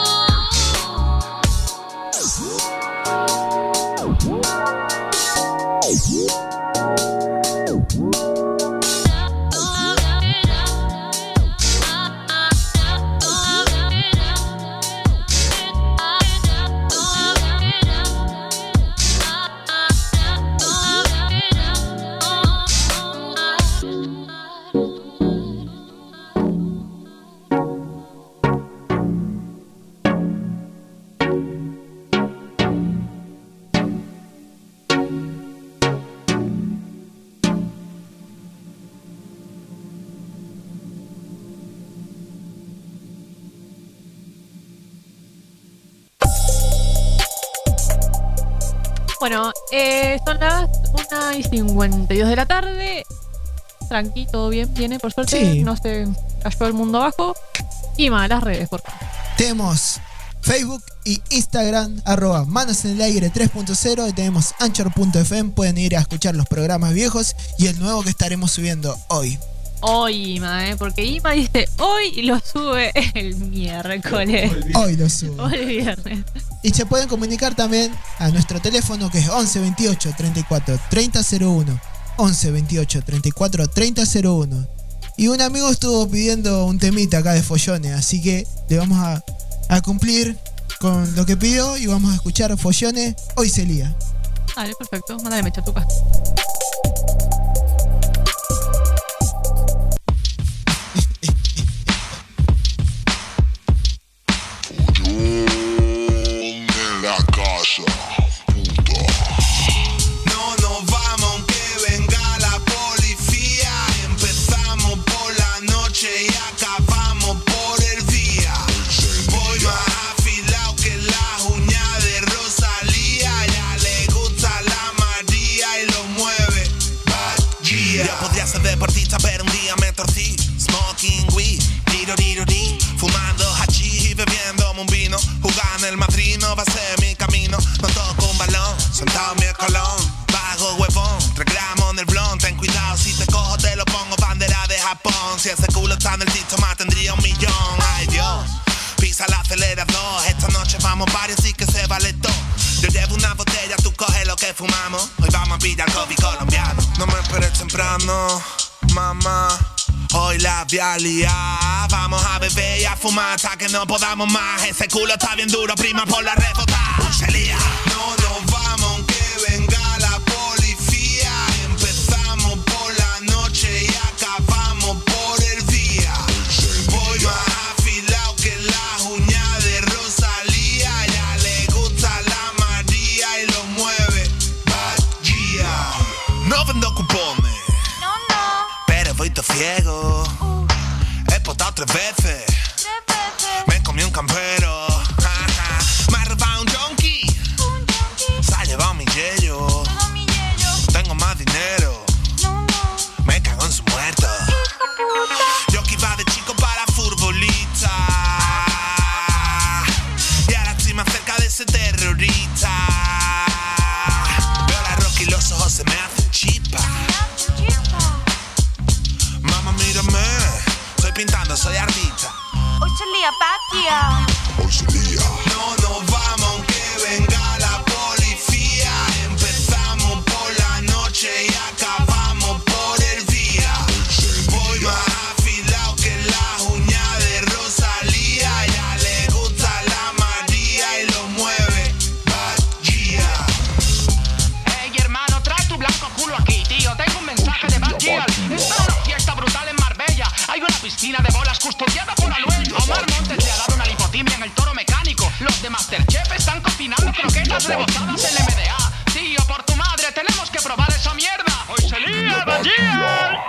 Bueno, eh, son las una y cincuenta y dos de la tarde. Tranqui, todo bien, viene por suerte. Sí. No se cayó el mundo abajo. Y más, las redes, por favor. Tenemos Facebook y Instagram, arroba Manos en el Aire tres punto cero. Y tenemos Anchor punto f m. Pueden ir a escuchar los programas viejos y el nuevo que estaremos subiendo hoy. hoy, Ima, ¿eh? Porque Ima dice hoy y lo sube el miércoles. Hoy lo subo. Hoy el viernes. Y se pueden comunicar también a nuestro teléfono que es once veintiocho treinta y cuatro treinta cero uno. once veintiocho treinta y cuatro treinta cero uno. Y un amigo estuvo pidiendo un temita acá de Follones, así que le vamos a, a cumplir con lo que pidió y vamos a escuchar Follones, Hoy se lía. Vale, perfecto. Mándale mecha tuca. En la casa. No nos vamos aunque venga la policía. Empezamos por la noche y acabamos por el día. Voy más afilado que las uñas de Rosalía. Ya le gusta la María y lo mueve. Magia. Yo podría ser deportista pero un día me torcí. Smoking weed, tiro, tiro, tiro. Fumando hachís y bebiéndome un vino. Jugar en el Madrid no va a ser mi camino. No toco un balón, sentado en mi escalón. Bajo huevón, tres gramos en el blon. Ten cuidado si te cojo te lo pongo bandera de Japón. Si ese culo está en el TikTok tendría un millón. Ay Dios, pisa el acelerador. Esta noche vamos varios y que se vale todo. Yo llevo una botella, tú coge lo que fumamos. Hoy vamos a pillar COVID colombiano. No me esperes temprano, mamá. Hoy la voy a liar. Vamos a beber y a fumar hasta que no podamos más. Ese culo está bien duro, prima, por la rebota. Se lía. No nos vamos aunque venga la policía. Empezamos por la noche y acabamos por el día. Voy más afilado que las uñas de Rosalía. Ya le gusta la María y lo mueve. Magia. No vendo cupones. Voy todo ciego, uh. He potado tres veces, tres veces. Me comí un campero, ja, ja. Me ha robado un junkie, un junkie. Se ha llevado mi yello, mi yello. Tengo más dinero, no, no. Me cago en su muerto. Yo que iba de chico para futbolista y ahora estoy más cerca de ese terrorista. Veo la roca y los ojos se me hacen chispa. Mírame, estoy pintando, soy artista. Hoy se lía, Patia. Hoy se lía. No nos vamos aunque venga la policía. Empezamos por la noche y acabamos por el día. Voy más afilado que las uñas de Rosalía. Ya le gusta la María y lo mueve. Magia. Hey hermano, trae tu blanco culo aquí, tío. Tengo un mensaje de Magia. Esta es una fiesta brutal en Marbella. Hay una piscina de bolas custodiada por Aluel. Omar Montes le ha dado una lipotimia en el toro mecánico. Los de Masterchef están cocinando croquetas rebozadas en M D A. Tío, por tu madre, tenemos que probar esa mierda. Hoy se lía, Magia.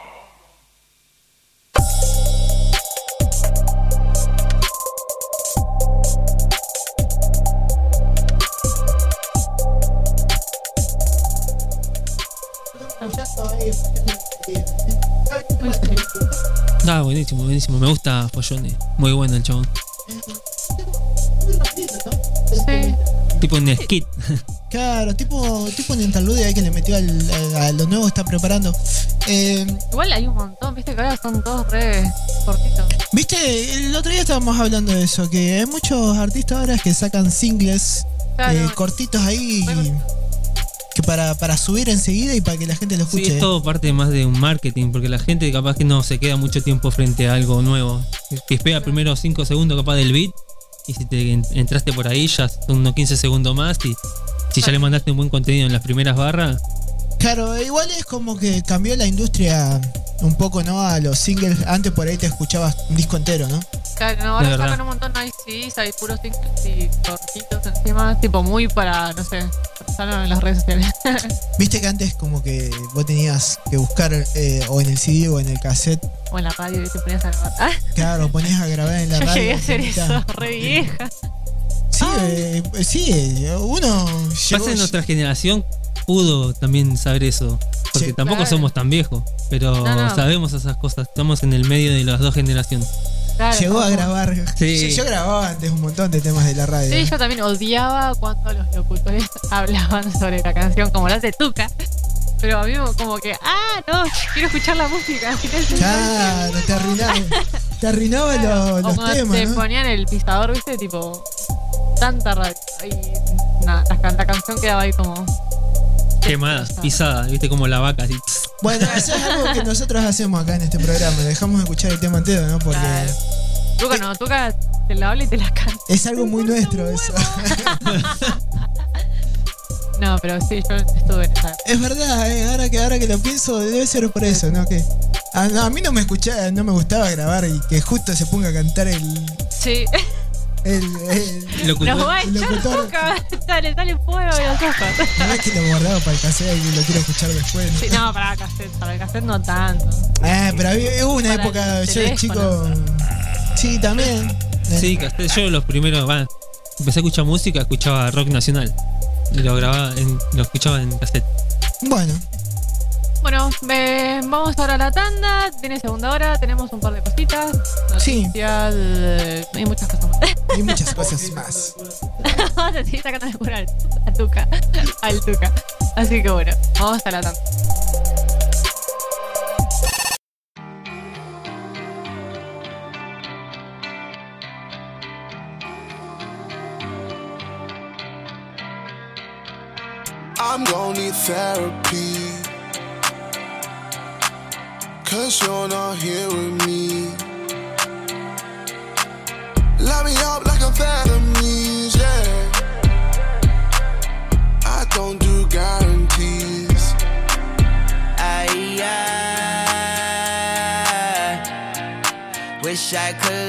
Ah, buenísimo, buenísimo. Me gusta Follones. Muy bueno el chabón. Sí. Tipo un skit. Claro, tipo, tipo un interludio ahí que le metió al, a, a lo nuevo que está preparando. Eh, Igual hay un montón, viste que ahora son todos re cortitos. Viste, el otro día estábamos hablando de eso, que hay muchos artistas ahora que sacan singles Claro. eh, cortitos ahí y- que para, para subir enseguida y para que la gente lo escuche. Sí, es todo parte más de un marketing, porque la gente capaz que no se queda mucho tiempo frente a algo nuevo. Pispea primero cinco segundos capaz del beat, y si te en- entraste por ahí ya son unos quince segundos más, y si ya le mandaste un buen contenido en las primeras barras. Claro, igual es como que cambió la industria un poco, ¿no? A los singles. Antes por ahí te escuchabas un disco entero, ¿no? Claro, no, De ahora verdad. sacan un montón, hay C Ds, hay puros singles y cortitos encima, tipo muy para, no sé, para en las redes sociales. Viste que antes como que vos tenías que buscar eh, o en el C D o en el cassette. O en la radio y te ponías a grabar. Ah, Claro, ponías a grabar en la yo radio. llegué a hacer temita. eso, re vieja. Sí, eh, sí, eh, uno llegó- Pasa en nuestra generación pudo también saber eso, porque Sí. tampoco Claro. somos tan viejos, pero No, no. sabemos esas cosas. Estamos en el medio de las dos generaciones. Claro, llegó a como- grabar. Sí. Yo, yo grababa antes un montón de temas de la radio. Sí, yo también odiaba cuando los locutores hablaban sobre la canción, como lo hace Tuca. pero a mí como que, ah, no, quiero escuchar la música. Así que Claro, te arruinaba. Te arruinaba claro. los, O los cuando temas, te ¿no? ponían el pisador, ¿viste? Tipo, tanta radio. Y nada, la, la canción quedaba ahí como. Quemadas, pisadas, viste como la vaca así. Bueno, eso es algo que nosotros hacemos acá en este programa. Dejamos de escuchar el tema entero, ¿no? Porque Claro. Tuca no, Tuca te la habla y te la canta. es algo muy nuestro eso. No, pero sí, yo estuve en esa. Es verdad, eh, ahora que ahora que lo pienso, debe ser por eso, ¿no? Que a, no, a mí no me escuchaba, no me gustaba grabar y que justo se ponga a cantar el. Sí. El, el, Locutor. Nos va a el echar locutor. Tuca. Sale, sale fuego de los ojos. No es que lo guardaba para el cassette y lo quiero escuchar después. ¿no? Sí, no, para el cassette, para el cassette no tanto. Eh, pero había, hubo una Para época, el yo de chico. Sí, también. Sí, cassette. Yo los primeros, va, empecé a escuchar música, escuchaba rock nacional. Y lo grababa, en, lo escuchaba en cassette. Bueno. Bueno, eh, vamos ahora a la tanda. Tiene segunda hora, tenemos un par de cositas. Sí. Noticias, eh, hay muchas cosas más. Y muchas cosas más. Vamos a seguir sacando de cura al, a Tuca. Al Tuca. Así que bueno, vamos a la tanda. I'm gonna need therapy, cause you're not here with me. Light me up like amphetamines, yeah. I don't do guarantees. I, I wish I could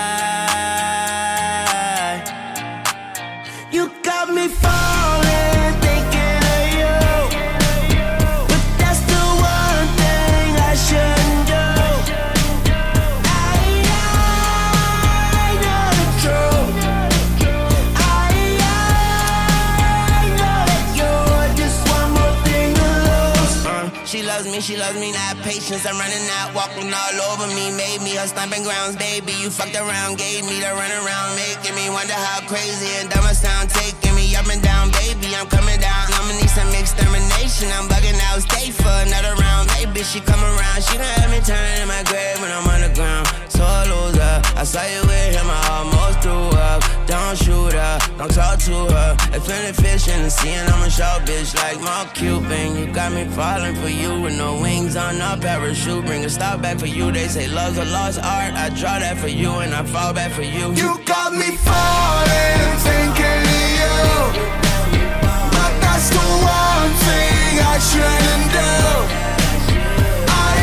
lie. You got me falling, thinking of you, but that's the one thing I shouldn't do. I, I know the truth. I, I know that you're just one more thing to lose. Uh, she loves me, she loves me, not patience. I'm running out, walking all over me, made me her stomping grounds, baby. You fucked around, gave me the run around, making me wonder how crazy and dumb I sound, taking me up and down, baby. I'm coming down, I'ma need some extermination. I'm bugging out, stay for another round, baby. She come around, she done had me turning in my grave when I'm on the ground. So a loser, I saw you with him, I almost threw up. Don't shoot her, don't talk to her. If any fish in the sea and I'm a show bitch like Mark Cuban. You got me falling for you with no wings on a parachute. Bring a stop back for you, they say love's a lost art. I draw that for you and I fall back for you. You got me falling, thinking of you, but that's the one thing I shouldn't do. I,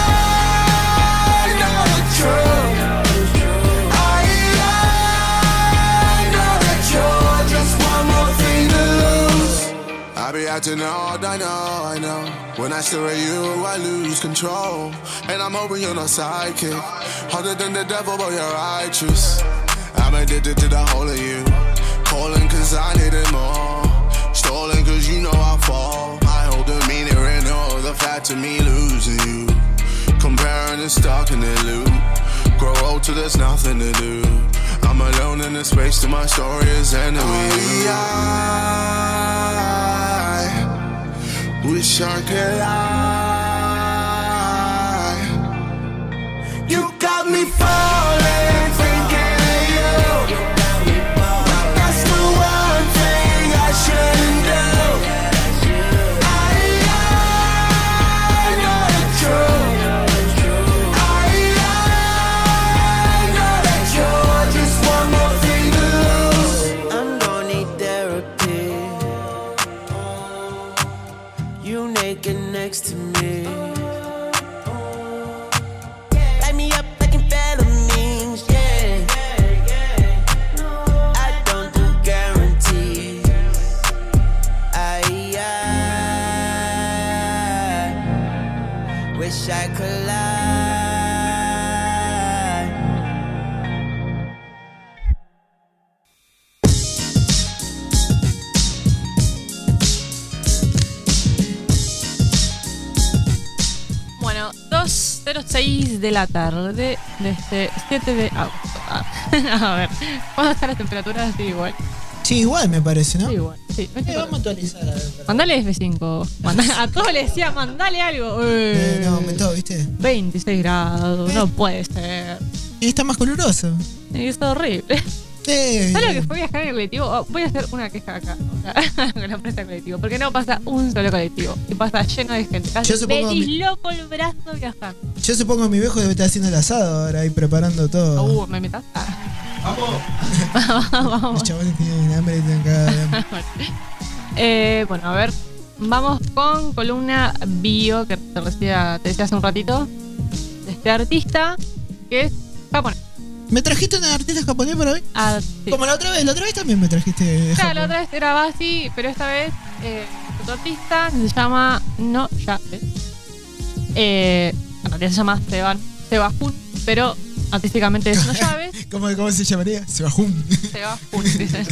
I know the truth. I, I know that you're just one more thing to lose. I be acting odd, I know, I know. When I stare at you, I lose control. And I'm hoping you're not psychic. Harder than the devil, but you're righteous. I'm addicted to the whole of you. Calling cause I need it more. Stolen cause you know I fall. I hold the meaning in all the fact of me losing you. Comparing and stuck in the loop. Grow old till there's nothing to do. I'm alone in the space till my story is ending with you. I wish I could lie. You got me falling, thinking of you, but that's the one thing I shouldn't do. I, I know the truth. I, I know that you're just one more thing to lose. I'm gonna need therapy. You naked next to me. Light me up like amphetamines, yeah. I don't do guarantees. I, I wish I could lie. Bueno, dos cero seis de la tarde de este siete de agosto. Ah, a ver, ¿cuándo están las temperaturas? Sí, igual. Sí, igual me parece, ¿no? Sí, igual. Sí, Eh, vamos a actualizar. A ver. Mandale F cinco. Manda- a todos les decía, mandale algo. Eh, Eh, no, aumentó, ¿viste? veintiséis grados, no puede ser. Y está más coloroso. Es horrible. Eh, ¿Sabes lo que fue viajar en el colectivo? Oh, voy a hacer una queja acá, o sea, con la empresa de colectivo. Porque no pasa un solo colectivo. Y pasa lleno de gente. Casi Yo supongo venís mi- loco el brazo viajando. Yo supongo que mi viejo debe estar haciendo el asado ahora ahí preparando todo. Uh, ¿me metas? ¡Vamos! Vamos. Los chavales tienen hambre y tienen cagada de hambre. Eh, bueno, a ver. Vamos con columna bio, que te decía, te decía hace un ratito. De este artista, que es japonés. ¿Me trajiste un artista japonés para hoy? Ah, sí. Como la otra vez, la otra vez también me trajiste de Claro, Japón. la otra vez era Basi, pero esta vez eh, otro artista se llama No Yabe. Eh, en realidad se llama Seban, Sebajun, pero artísticamente es No Yabe. ¿Cómo, ¿Cómo se llamaría? Sebajun. Sebajun, dicen.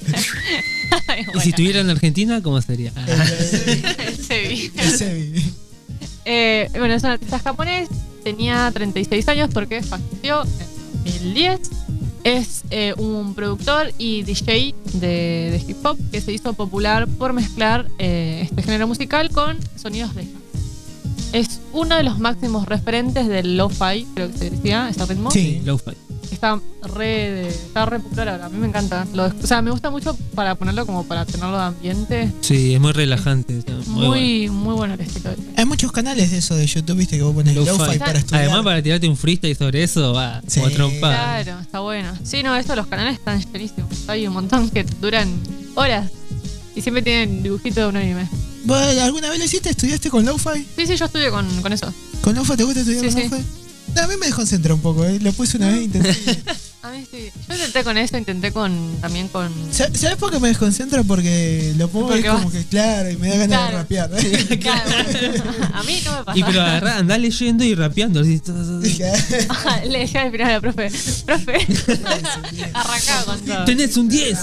Ay, Y bueno. si estuviera en Argentina, ¿cómo sería? El Sebi. El Sebi. Eh, bueno, es un artista japonés, tenía treinta y seis años porque falleció en dos mil diez. Es eh, un productor y D J de, de hip hop que se hizo popular por mezclar eh, este género musical con sonidos de jazz. Es uno de los máximos referentes del lo-fi, creo que se decía, ese ritmo. Sí. Lo-fi. Está re, de- está re popular ahora, a mí me encanta. Lo- o sea, me gusta mucho para ponerlo como para tenerlo de ambiente. Sí, es muy relajante. Está muy bueno. Muy, muy bueno el estilo. Hay muchos canales de eso de YouTube, viste, que vos pones Lo-fi. lo-fi para estudiar. Además, para tirarte un freestyle sobre eso, va Sí. como trompada. Claro, está bueno. Sí, no, eso los canales están llenísimos. Hay un montón que duran horas y siempre tienen dibujitos de un anime. ¿Vos alguna vez lo hiciste? ¿Estudiaste con lo-fi? Sí, sí, yo estudié con, con eso. ¿Con lo-fi te gusta estudiar Sí, con sí. lo-fi? No, a mí me desconcentra un poco, ¿eh? Lo puse una vez e intenté. A mí sí. Yo intenté con eso, intenté con también con. Sa- ¿Sabes por qué me desconcentra? Porque lo pongo y es Porque como vas- que claro, y me da ganas Claro. de rapear. Claro, a mí no me pasa. Y pero agarrá, andá leyendo y rapeando. así, Ah, le decía al final a la profe, profe, arrancaba con todo. Tenés un diez.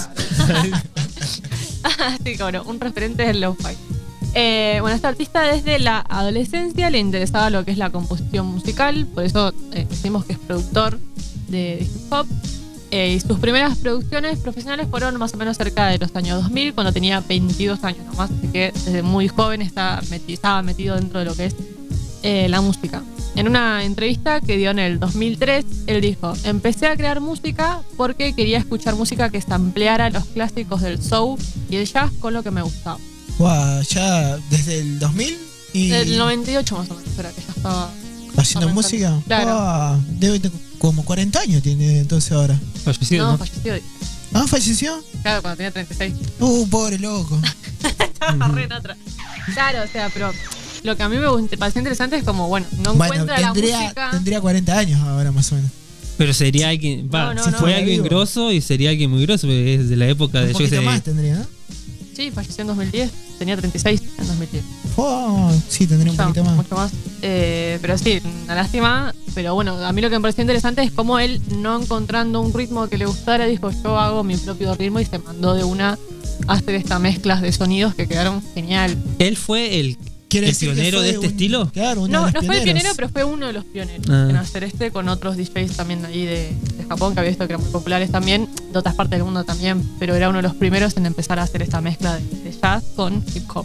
Así que bueno, un referente del lo-fi. Eh, bueno, este artista desde la adolescencia le interesaba lo que es la composición musical, por eso eh, decimos que es productor de, de hip hop. Eh, y sus primeras producciones profesionales fueron más o menos cerca de los años dos mil, cuando tenía veintidós años nomás, así que desde muy joven está meti- estaba metido dentro de lo que es eh, la música. En una entrevista que dio en el dos mil tres, él dijo: empecé a crear música porque quería escuchar música que sampleara los clásicos del soul y el jazz con lo que me gustaba. Guau, ya desde el dos mil y Del noventa y ocho más o menos era que ya estaba haciendo comenzando. música. Claro. Guau, debe tener como cuarenta años tiene entonces ahora. Fallecido, No, ¿no? falleció. Ah, falleció. Claro, cuando tenía treinta y seis. Uh, pobre loco. Estaba re en otra. Claro, o sea, pero lo que a mí me gust- pareció interesante es como, bueno, no Bueno, encuentra la tendría, música. tendría cuarenta años ahora más o menos. Pero sería alguien. Va, No, no, si no. fue Fuera alguien vivo. grosso y sería alguien muy grosso, porque es de la época de Un yo que poquito sé. más tendría, ¿no? Sí, falleció en dos mil diez. Tenía treinta y seis en dos mil diez. Oh, sí, tendría un Ya, poquito más. mucho más. Eh, pero sí, una lástima. Pero bueno, a mí lo que me pareció interesante es cómo él, no encontrando un ritmo que le gustara, dijo: yo hago mi propio ritmo, y se mandó de una a hacer estas mezclas de sonidos que quedaron genial. Él fue el, ¿Quiere el decir que pionero fue de este un- estilo. Claro, uno No, de no los fue el pioneros. pionero, pero fue uno de los pioneros Ah. en hacer este, con otros D Js también ahí de, de Japón, que había visto que eran muy populares también, de otras partes del mundo también, pero era uno de los primeros en empezar a hacer esta mezcla de, de jazz con hip hop.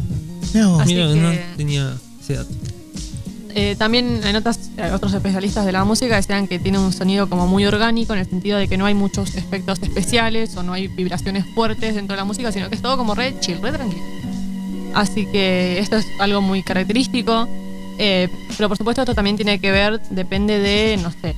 No, Así Mira, que- no tenía ese dato. Eh, también en otras, eh, otros especialistas de la música decían que tiene un sonido como muy orgánico, en el sentido de que no hay muchos efectos especiales o no hay vibraciones fuertes dentro de la música, sino que es todo como re chill, re tranquilo. Así que esto es algo muy característico. Eh, pero por supuesto esto también tiene que ver, depende de, no sé,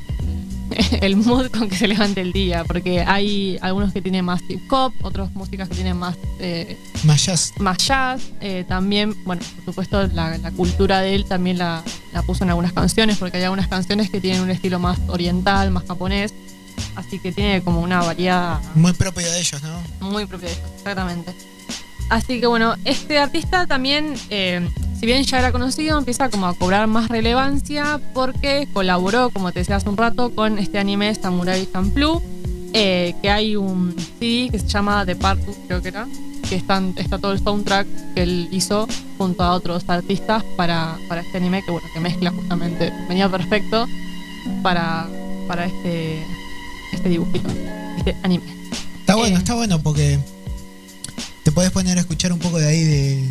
el mood con que se levante el día, porque hay algunos que tienen más hip hop, otros músicas que tienen más eh, más jazz. más jazz. Eh, también, bueno, por supuesto la, la cultura de él también la, la puso en algunas canciones, porque hay algunas canciones que tienen un estilo más oriental, más japonés, así que tiene como una variedad Muy propio de ellos, ¿no? muy propia de ellos, exactamente. Así que bueno, este artista también, eh, si bien ya era conocido, empieza como a cobrar más relevancia porque colaboró, como te decía hace un rato, con este anime Samurai Champloo, eh, que hay un C D que se llama The Part dos, creo que era, que están, está todo el soundtrack que él hizo junto a otros artistas para, para este anime, que bueno, que mezcla justamente, venía perfecto para, para este, este dibujito, este anime. Está bueno, Eh, está bueno porque te podés poner a escuchar un poco de ahí de,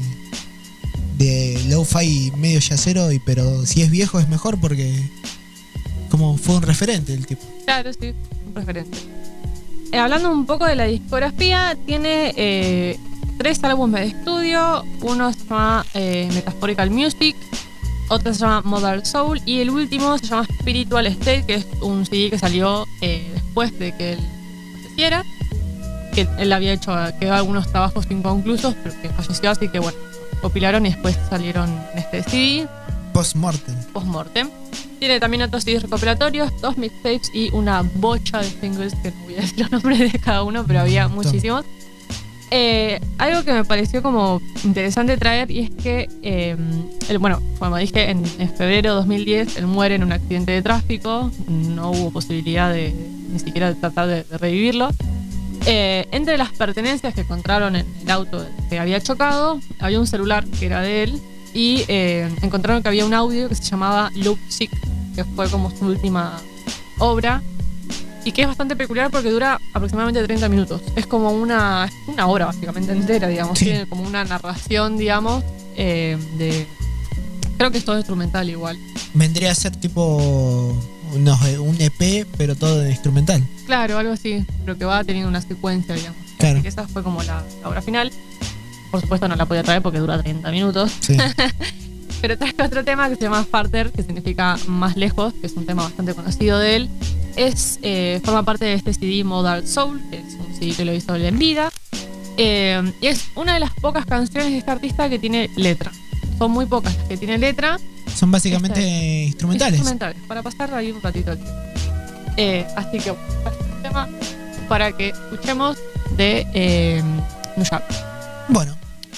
de lo-fi medio yacero, y, pero si es viejo es mejor porque como fue un referente el tipo. Claro, sí, un referente. Eh, hablando un poco de la discografía, tiene eh, tres álbumes de estudio. Uno se llama eh, Metaphorical Music, otro se llama Modern Soul y el último se llama Spiritual State, que es un C D que salió eh, después de que él falleciera. Que él había hecho, quedó algunos trabajos inconclusos, pero que falleció, así que bueno, compilaron y después salieron en este C D. Post-mortem. Post-mortem. Tiene también otros C Ds recopilatorios, dos mixtapes y una bocha de singles, que no voy a decir los nombres de cada uno, pero había muchísimos. Eh, algo que me pareció como interesante traer, y es que, eh, él, bueno, como dije, en, en febrero de dos mil diez él muere en un accidente de tráfico, no hubo posibilidad de ni siquiera de tratar de, de revivirlo. Eh, entre las pertenencias que encontraron en el auto que había chocado, había un celular que era de él, y eh, encontraron que había un audio que se llamaba Loop Sick, que fue como su última obra, y que es bastante peculiar porque dura aproximadamente treinta minutos. Es como una, una hora básicamente entera, digamos. Sí. Tiene como una narración, digamos, eh, de... Creo que es todo instrumental igual. Vendría a ser tipo unos, un E P, pero todo de instrumental. Claro, algo así, pero que va teniendo una secuencia, digamos. Claro. Así que esa fue como la, la obra final. Por supuesto no la podía traer porque dura treinta minutos. Sí. Pero traje otro tema que se llama Farther, que significa más lejos, que es un tema bastante conocido de él. Es, eh, forma parte de este C D Modern Soul, que es un C D que lo hizo él en vida. Eh, y es una de las pocas canciones de este artista que tiene letra. Son muy pocas las que tienen letra. Son básicamente Esta es- instrumentales. Instrumentales, para pasar ahí un ratito el tiempo. Eh, así que bueno, este es un tema para que escuchemos de eh, Nujab. Bueno.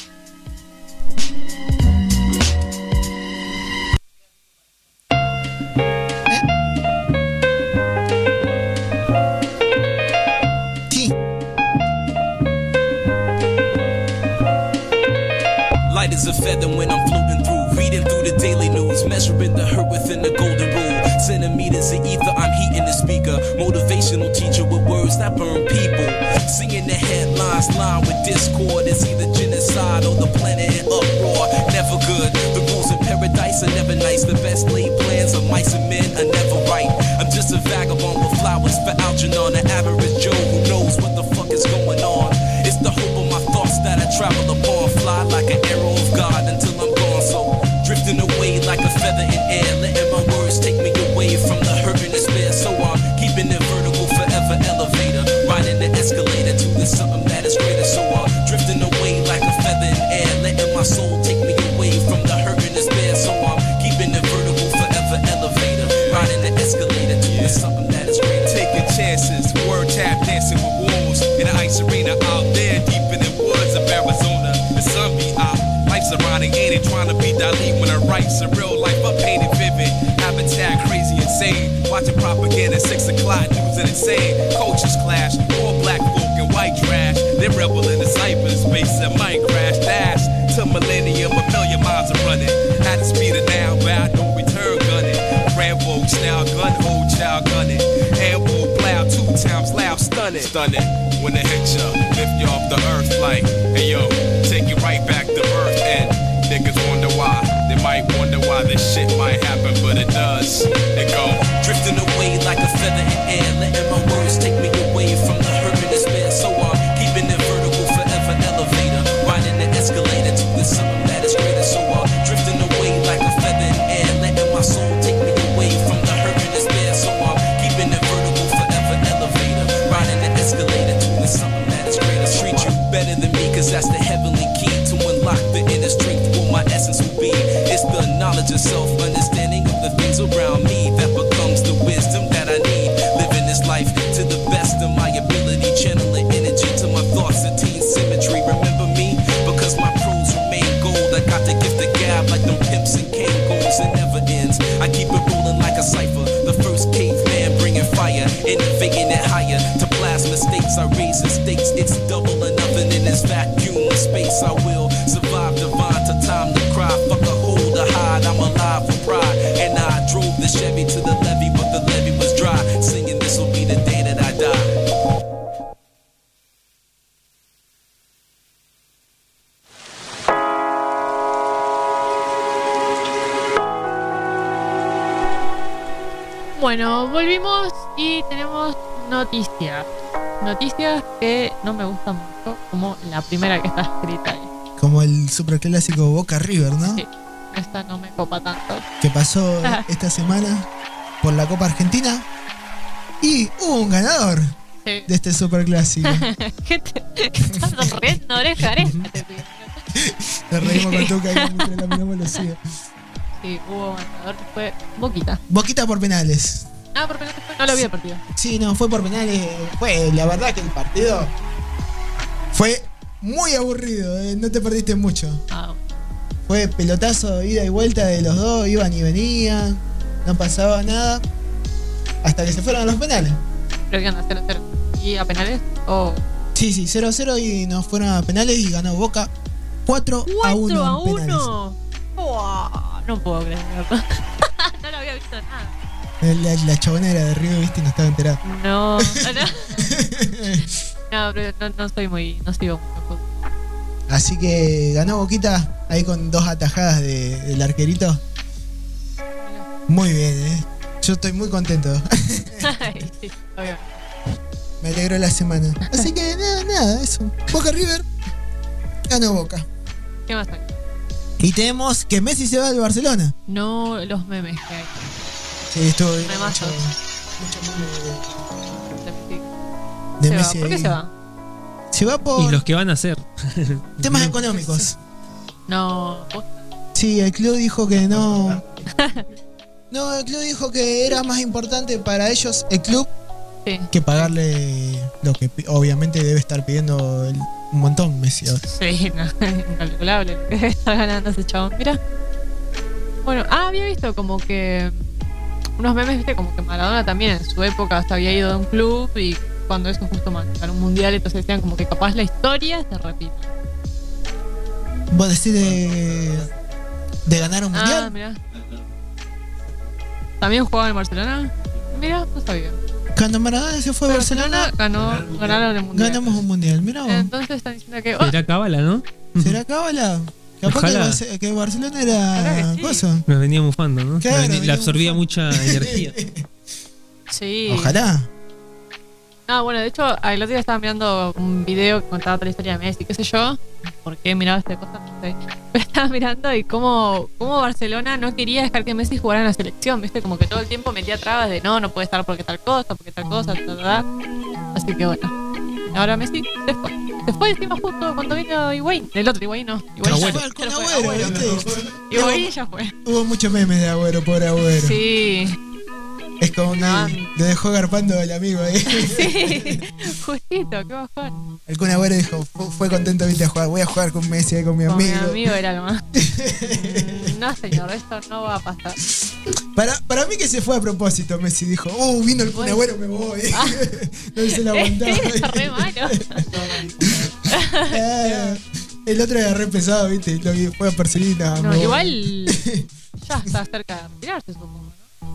Light as a feather when I'm floating through, reading through the daily news, measuring the hurt within the golden rule. Centimeters of ether, I'm heating the speaker. Motivational teacher with words that burn people. Singing the headlines, line with discord. It's either genocide or the planet in uproar. Never good. The rules in paradise are never nice. The best laid plans of mice and men are never right. I'm just a vagabond with flowers for Algernon, an average Joe who knows what the fuck is going on. It's the hope of my thoughts that I travel upon. Fly like an arrow of God until I'm gone. So drifting away like a feather in air, letting my words take me away from the hurt and despair. So I'm keeping it vertical, forever elevator, riding the escalator to the something that is greater. So I'm drifting away like a feather in air, letting my soul take me away from the hurt and despair. So I'm keeping it vertical, forever elevator, riding the escalator to the something that is greater. Taking chances, word tap dancing with wolves in the ice arena out there deep in the woods of Arizona. The sun be out, life's ironic, ain't it? Trying to be Dali when I write some real life, I paint it vivid. Habitat crazy, insane. Watching propaganda, six o'clock news and insane. Cultures clash, all black folk and white trash. They rebel in the cyberspace and might crash. Dash to millennium, a million miles are running. At the speed of now, bound no return gunning. Rambo style gun, hold child gunning. Ambo plow, two times loud, stunning. Stunning. When they hit ya, lift you off the earth like, hey yo, take you right back to earth. And niggas wonder why. They might wonder why this shit might happen, but it does. It go Drifting away like a feather in air, letting my words take me away from the hurt and despair. So I'm keeping it vertical, forever elevator, riding the escalator to the something that is greater. So I'm drifting away like a feather in air, letting my soul take me away from the hurt and despair. So I'm keeping it vertical, forever elevator, riding the escalator to the something that is greater. Treat you better than me, cause that's the heavenly key to unlock the inner strength, what my essence will be. It's the knowledge of self, understanding of the things around me that becomes the wisdom that I need. Living this life to the best of my ability, channeling energy to my thoughts, attain symmetry. Remember me, because my prose remain gold. I got the gift of gab like them pimps and Kangos. It never ends, I keep it rolling like a cipher. The first caveman bringing fire, innovating it higher. To plasma states, I raise the stakes. It's double or nothing in this vacuum of space. I will survive divine to time to cry. Fuck a hold to hide, I'm alive for pride. And I drove the Chevy to the levee, but the levee was dry. Singing this will be the day that I die. Bueno, volvimos y tenemos noticias. Noticias que no me gustan mucho, como la primera que está escrita ahí. Como el superclásico Boca River, ¿no? Sí, esta no me copa tanto. Que pasó esta semana por la Copa Argentina. Y hubo un ganador Sí. de este superclásico. ¿Qué te qué estás sonriendo, oreja, oreja? Nos reímos con Tuca y mientras la miramos lo sigue. Sí, hubo un ganador que fue Boquita. Boquita por penales. Ah, por penales fue, no lo vi el partido. Sí, no, fue por penales. Fue, la verdad que el partido fue muy aburrido, eh, no te perdiste mucho. Ah, bueno. Fue pelotazo, ida y vuelta de los dos, iban y venían, no pasaba nada, hasta que se fueron a los penales. Creo que andan cero cero. ¿Y a penales? O Sí, sí, cero a cero y nos fueron a penales y ganó Boca cuatro a uno cuatro a en penales. uno. Wow, no puedo creerlo. No lo había visto nada. La, la chabonera de Río, viste, no estaba enterada. No, no. No, pero no, no soy muy. No sigo mucho fútbol. Así que ganó Boquita ahí con dos atajadas de, del arquerito. Muy bien, eh. Yo estoy muy contento. Sí, obvio. Me alegró la semana. Así que nada, nada, eso. Boca River ganó Boca. ¿Qué más hay? Y tenemos que Messi se va del Barcelona. No los memes que hay. Sí, estuvo bien. Memazos. De Se va. Messi ¿Por qué ahí. se va? Se va por Y los que van a hacer. temas económicos. No. ¿vos? Sí, el club dijo que no. No, el club dijo que era más importante para ellos, el club, Sí. que pagarle lo que pi- obviamente debe estar pidiendo el- un montón Messi ahora. Sí, no, incalculable lo que está ganando ese chabón. Mira. Bueno, ah, había visto como que unos memes, viste, como que Maradona también en su época hasta había ido a un club y cuando eso justo ganó un mundial, entonces decían como que capaz la historia se repite. ¿Vos decís de, de ganar un Ah, mundial? mira. ¿También jugaba en Barcelona? Mira, no sabía. Cuando Maradona se fue a Barcelona, ganó, ganaron el mundial. ganamos un mundial. Mirá vos. Entonces están diciendo que. oh, Será cábala, ¿no? ¿Será cábala? Capaz que, Ojalá. Barce- que Barcelona era Ojalá que sí. cosa. Nos venía mufando, ¿no? Claro, Le venía- le venía absorbía mucha energía. sí. Ojalá. Ah, bueno, de hecho, el otro día estaba mirando un video que contaba toda la historia de Messi, qué sé yo. ¿Por qué miraba esta cosa? No sé. Pero estaba mirando y cómo, cómo Barcelona no quería dejar que Messi jugara en la selección, ¿viste? Como que todo el tiempo metía trabas de no, no puede estar porque tal cosa, porque tal cosa, tal, tal, tal. Así que bueno. Ahora Messi se fue. Se fue encima justo cuando vino Higuaín. El otro Higuaín no. Higuaín Se ya- fue al Kun ya fue, Agüero, Agüero. ¿viste? Higuaín ya fue. Hubo muchos memes de Agüero, pobre Agüero. Sí. Es como que le dejó garpando el amigo ahí. Sí. Justito, qué bajón. El Kun Agüero dijo, fu- fue contento, viste, a jugar. Voy a jugar con Messi, ahí con mi Con amigo. mi amigo era lo más. Mm, No, señor, esto no va a pasar. Para, para mí que se fue a propósito, Messi dijo, uh, vino el Kun Bueno. Agüero, me voy. Ah. No se la aguantaba. Era re malo. Eh, el otro era re pesado, viste, lo que fue a perseguir. No, No, me voy. igual ya está cerca de retirarse, supongo.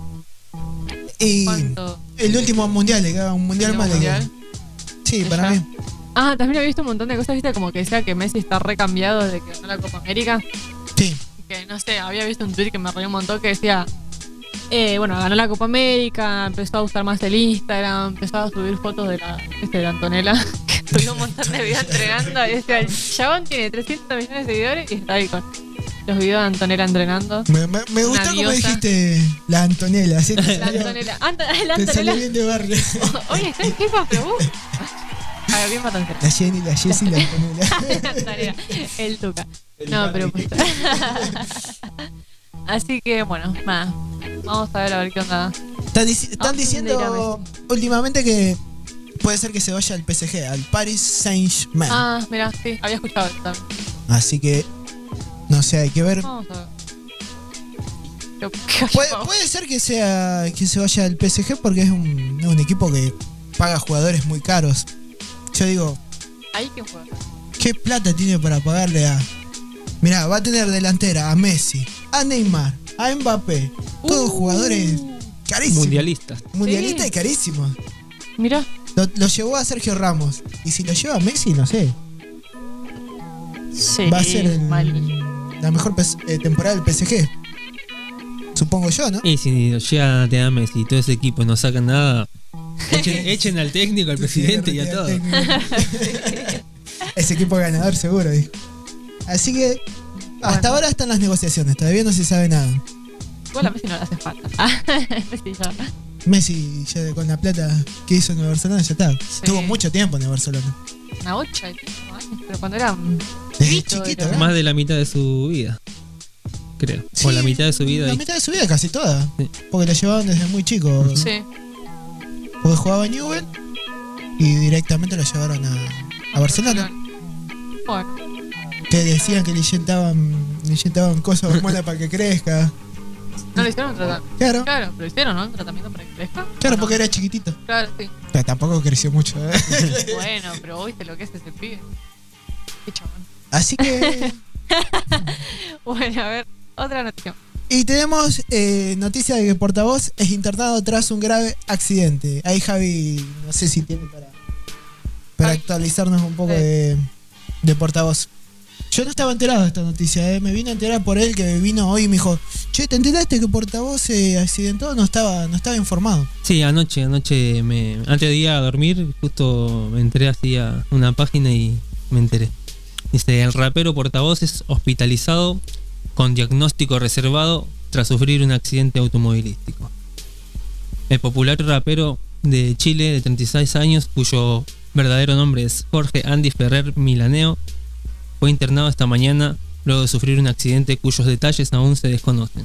Y ¿Cuánto? el último mundial, le queda un mundial ¿El más. le mundial? queda. Sí, para Ya. mí. Ah, también había visto un montón de cosas, viste, como que decía que Messi está recambiado desde que ganó la Copa América. Sí. Que no sé, había visto un tweet que me reí un montón que decía, eh, bueno, ganó la Copa América, empezó a usar más el Instagram, empezó a subir fotos de la, este, de Antonella, que subió un montón de videos entrenando, y decía, el chabón tiene trescientos millones de seguidores y está ahí con los videos de Antonella entrenando. Me, me, me Una gustó como diosa. dijiste la Antonella, ¿sí? Te La salió, Antonella. Ant la te salió Antonella. bien de barrio. Oye, ¿está en FIFA, pero vos? A ver, bien matancera. La Jenny, la Jessie, la Antonella. La Antonella, el Tuca. No, pero pues. Así que bueno, nada. Vamos a ver a ver qué onda. Están, dici- están ¿A dónde irá diciendo últimamente que puede ser que se vaya al P S G, al Paris Saint-Germain. Ah, mira, sí, había escuchado eso también. Así que, no sé, hay que ver. Vamos a ver. ¿Qué- qué Puede, pasó? puede ser que sea que se vaya al P S G porque es un, es un equipo que paga jugadores muy caros. Yo digo, Ahí quién juega. ¿qué plata tiene para pagarle a...? Mirá, va a tener delantera a Messi, a Neymar, a Mbappé. Todos jugadores carísimos. Mundialistas. Mundialistas Sí. y carísimos. Mira. Lo, lo llevó a Sergio Ramos. Y si lo lleva a Messi, no sé. Sí, Va a ser el- mal. la mejor P S eh, temporada del P S G. Supongo yo, ¿no? Y si llega a tener Messi y todo ese equipo y no sacan nada, echen, echen al técnico, al presidente y a todo. Ese equipo ganador seguro, dijo. Así que hasta ahora están las negociaciones, todavía no se sabe nada. Igual a Messi no le hace falta. Ah, Messi ya. Messi ya con la plata que hizo en el Barcelona ya está. Estuvo mucho tiempo en el Barcelona. Una bocha de cinco años, pero cuando era Desde chiquito, era- ¿no? Más de la mitad de su vida, creo. o la mitad de su vida. La ahí. mitad de su vida casi toda. Porque la llevaban desde muy chico. Sí. Porque jugaba en Newell y directamente lo llevaron a, a Barcelona. Bueno, Que decían que le inyectaban, le inyectaban cosas hormonas para que crezca. no le hicieron un tratamiento. Claro. Claro, pero hicieron, ¿no? Un tratamiento para que crezca. Claro, porque era chiquitito. Claro, sí. Pero tampoco creció mucho. ¿eh? Bueno, pero vos viste lo que es ese pibe. Qué chabón. Así que. Bueno, a ver, otra noticia. Y tenemos eh, noticia de que Portavoz es internado tras un grave accidente. Ahí Javi, no sé si tiene para, para actualizarnos un poco de, de Portavoz. Yo no estaba enterado de esta noticia, eh. Me vine a enterar por él que vino hoy y me dijo, che, ¿te enteraste que Portavoz se accidentó? No estaba, no estaba informado. Sí, anoche, anoche, me, antes de ir a dormir, justo me entré así a una página y me enteré. Dice, el rapero Portavoz es hospitalizado con diagnóstico reservado tras sufrir un accidente automovilístico. El popular rapero de Chile de treinta y seis años, cuyo verdadero nombre es Jorge Andy Ferrer Milaneo, fue internado esta mañana luego de sufrir un accidente cuyos detalles aún se desconocen.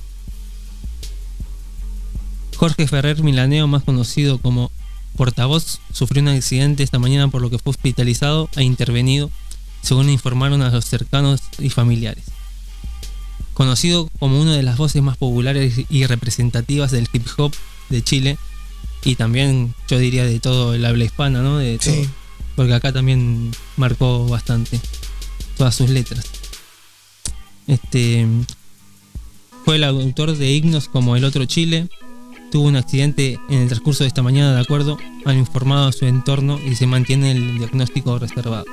Jorge Ferrer Milaneo, más conocido como Portavoz, sufrió un accidente esta mañana por lo que fue hospitalizado e intervenido, según informaron a los cercanos y familiares. Conocido como una de las voces más populares y representativas del hip hop de Chile, y también yo diría de todo el habla hispana, ¿no? De todo, Sí. porque acá también marcó bastante todas sus letras. Este fue el autor de himnos como El Otro Chile. Tuvo un accidente en el transcurso de esta mañana, de acuerdo, han informado a su entorno y se mantiene el diagnóstico reservado.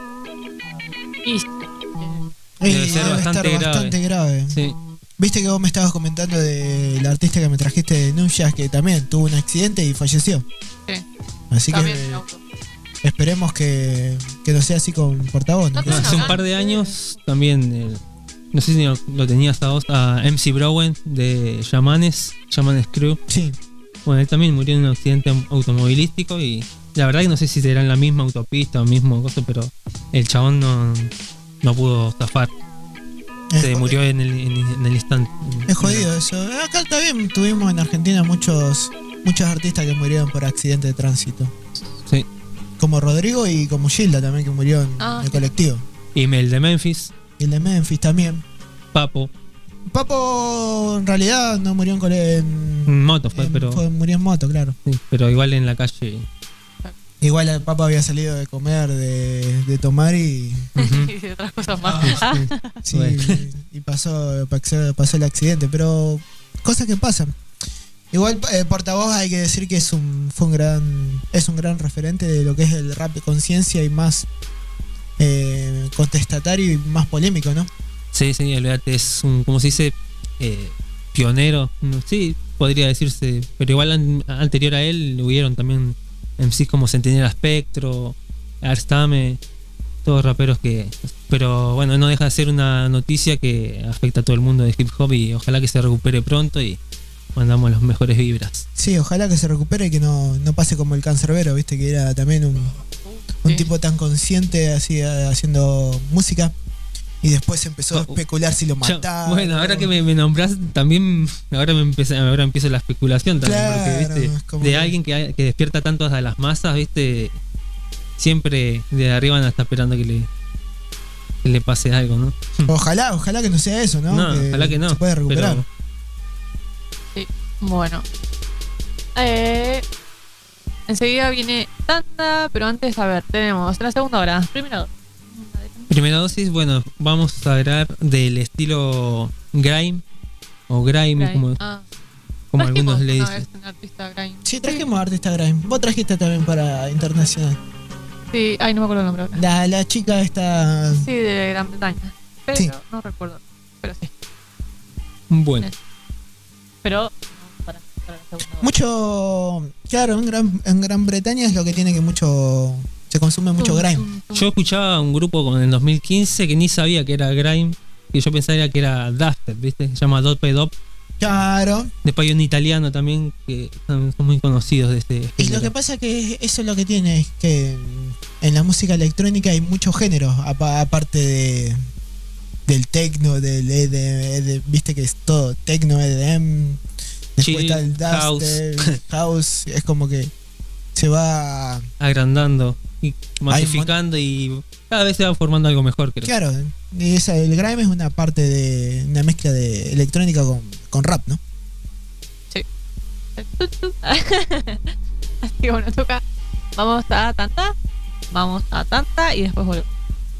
Y Debe Eh, ser debe bastante estar grave. bastante grave. Sí. Viste que vos me estabas comentando del artista que me trajiste de Nuyas, que también tuvo un accidente y falleció. Sí. Así También que en auto. esperemos que, que no sea así con Portavoz, ¿no? No, hace un par de años también, eh, no sé si lo, lo tenías a vos, a M C Browen de Yamanes, Yamanes Crew. Sí. Bueno, él también murió en un accidente automovilístico y la verdad que no sé si será en la misma autopista o mismo cosa, pero el chabón no, no pudo zafar. Es Se jodido. murió en el, en, en el instante. Es jodido eso. Acá también tuvimos en Argentina muchos muchos artistas que murieron por accidente de tránsito. Sí. Como Rodrigo y como Gilda también, que murió en Ah, el sí. colectivo. Y el de Memphis, Y el de Memphis también. Papo, Papo en realidad no murió en, cole- en, en moto fue, en- pero, fue- murió en moto, claro. sí, pero igual en la calle. Igual el Papo había salido de comer, de, de tomar y, Y de otras cosas más. sí, Bueno. y pasó, pasó, pasó el accidente. Pero cosas que pasan. Igual eh, Portavoz hay que decir que es un, fue un gran, es un gran referente de lo que es el rap de conciencia y más eh, contestatario y más polémico, ¿no? Sí, sí, olvídate, es un, como se dice, eh, pionero. No, sí, podría decirse, pero igual an- anterior a él hubieron también M Cs como Centinela Spectro, Arstame, todos raperos que. Pero bueno, no deja de ser una noticia que afecta a todo el mundo de hip hop y ojalá que se recupere pronto y mandamos las mejores vibras. Sí, ojalá que se recupere y que no, no pase como el Cancerbero, viste, que era también un, un Sí. tipo tan consciente así eh, haciendo música y después empezó a especular si lo Ya, mataba. bueno, ahora que me, me nombrás también, ahora me empieza, ahora empieza la especulación también, Claro, porque es viste, como de que- alguien que, que despierta tanto a las masas, viste, siempre de arriba van a estar esperando que le, que le pase algo, ¿no? Ojalá, ojalá que no sea eso, ¿no? No, ojalá que no. Se puede recuperar. pero- Sí, bueno. Eh, enseguida viene tanda, pero antes, a ver, tenemos la segunda hora. Primero, Primera dosis, bueno, vamos a hablar del estilo grime o grime, Grime. como, Ah. como trajimos algunos le una dicen. vez un artista grime. Sí, trajimos artista grime. Vos trajiste también para internacional. Sí, ay, no me acuerdo el nombre ahora. La, la chica está. Sí, de Gran Bretaña. Pero Sí. no recuerdo. Pero sí. Bueno, Pero para, para la segunda. Mucho. Claro, en Gran, en Gran Bretaña es lo que tiene que mucho. Se consume mucho grime. Yo escuchaba un grupo con el dos mil quince que ni sabía que era grime, que yo pensaba que era dubstep, ¿viste? Se llama Dope Dop. Claro. Después hay un italiano también que son, son muy conocidos de este Y género. lo que pasa que eso es lo que tiene, es que en la música electrónica hay muchos géneros, apa- aparte de del techno, del E D M, viste que es todo techno, E D M, después Chill, está el dubstep, house. house, es como que se va agrandando y masificando y cada vez se va formando algo mejor, creo. claro, y esa, el grime es una parte de una mezcla de electrónica con, con rap, ¿no? Sí. Así que bueno, toca. Vamos a tanta. Vamos a tanta y después volvemos.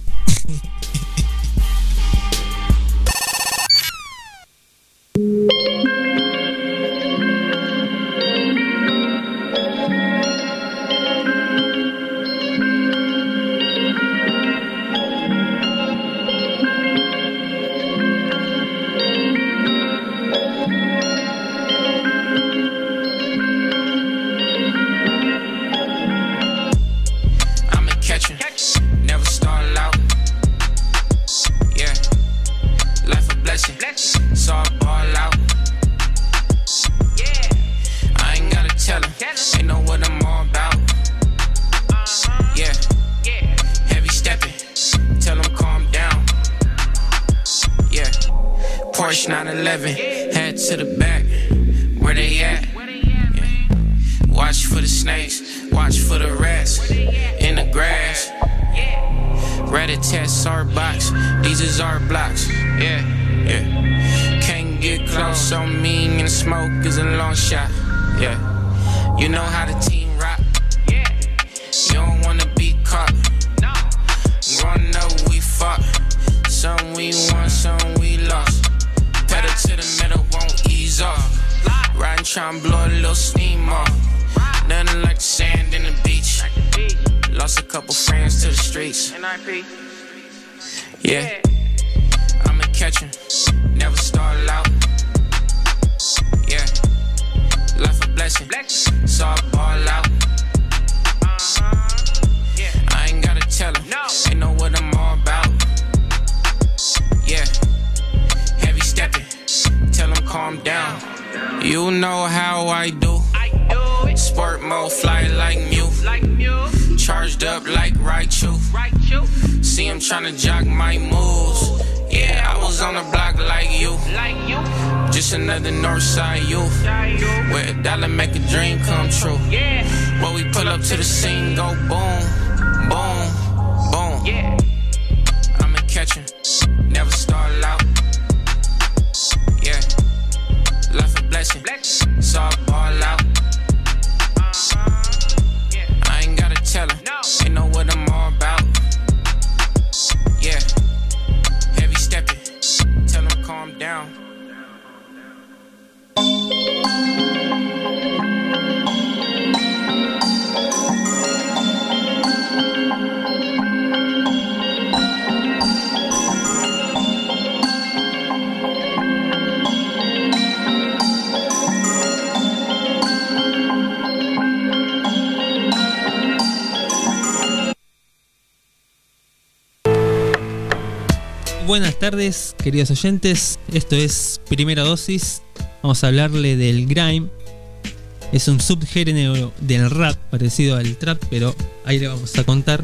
I'm a catcher, never start out. Yeah, life a blessing, so I ball out. Yeah, I ain't gotta tell them, they know what I'm all about. Yeah, heavy stepping, tell them calm down. Yeah, Porsche nine eleven, head to the back, where they at? Yeah. Watch for the snakes, watch for the rats in the grass. Rat-a-tat, our box, these is our blocks. Yeah, yeah. Can't get close on me, and the smoke is a long shot. Yeah, you know how the team rock. You don't wanna be caught. Growing up, we fought. Some we won, some we lost. Pedal to the metal, won't ease off. Riding, trying to blow a little steam off. Nothing like the sand in the beach. Lost a couple friends to the streets. Yeah, I'm a catcher, never start out. Yeah, life a blessing, so I ball out. I ain't gotta tell them, they know what I'm all about. Yeah, heavy stepping, tell them calm down. You know how I do. Sport mode, fly like Mew. Charged up like Raichu. See him tryna jock my moves. Yeah, I was on the block like you. Just another Northside youth. Where a dollar make a dream come true. When we pull up to the scene, go boom, boom, boom. I'm a catcher, never start out. Yeah, life a blessing, so I ball out. I ain't gotta tell them, they know what I'm all about. Yeah, heavy stepping, tell them calm down. Buenas tardes, queridos oyentes. Esto es Primera Dosis. Vamos a hablarle del grime. Es un subgénero del rap parecido al trap, pero ahí le vamos a contar.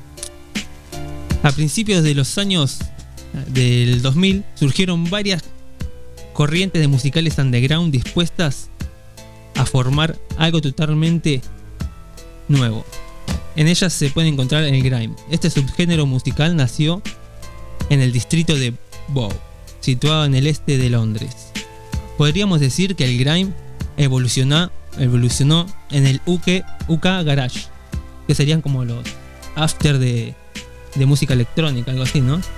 A principios de los años del dos mil surgieron varias corrientes de musicales underground dispuestas a formar algo totalmente nuevo. En ellas se puede encontrar el grime. Este subgénero musical nació en el distrito de Bow, situado en el este de Londres. Podríamos decir que el grime evolucionó, evolucionó en el U K, U K Garage, que serían como los after de, de música electrónica, algo así, ¿no?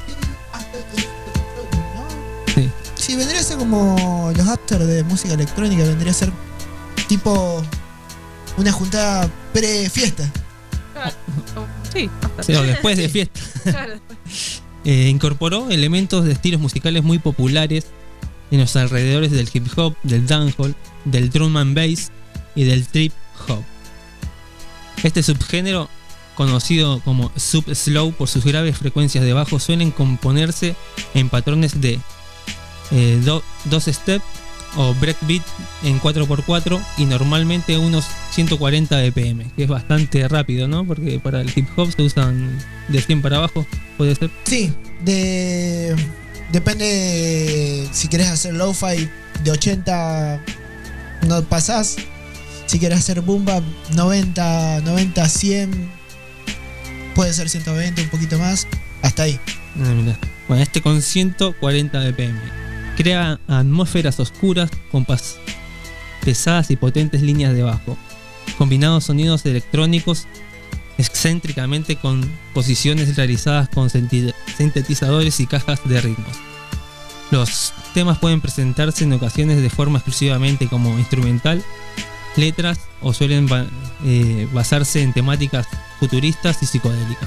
Sí. Sí, vendría a ser como los after de música electrónica, vendría a ser tipo una juntada pre-fiesta. Sí, Sí, o después de fiesta. Claro. Eh, incorporó elementos de estilos musicales muy populares en los alrededores del hip hop, del dancehall, del drum and bass y del trip hop. Este subgénero, conocido como sub-slow por sus graves frecuencias de bajo, suelen componerse en patrones de eh, do, dos step o breakbeat en cuatro por cuatro y normalmente unos ciento cuarenta B P M, que es bastante rápido, ¿no? Porque para el hip hop se usan de cien para abajo, ¿puede ser? Sí, de depende si querés hacer lo-fi de ochenta no pasás, si querés hacer boom bap noventa, noventa, cien puede ser ciento veinte, un poquito más, hasta ahí. Ah, mirá. Bueno, este con ciento cuarenta B P M crea atmósferas oscuras con pas- pesadas y potentes líneas de bajo, combinados sonidos electrónicos excéntricamente con posiciones realizadas con senti- sintetizadores y cajas de ritmos. Los temas pueden presentarse en ocasiones de forma exclusivamente como instrumental, letras, o suelen ba- eh, basarse en temáticas futuristas y psicodélicas.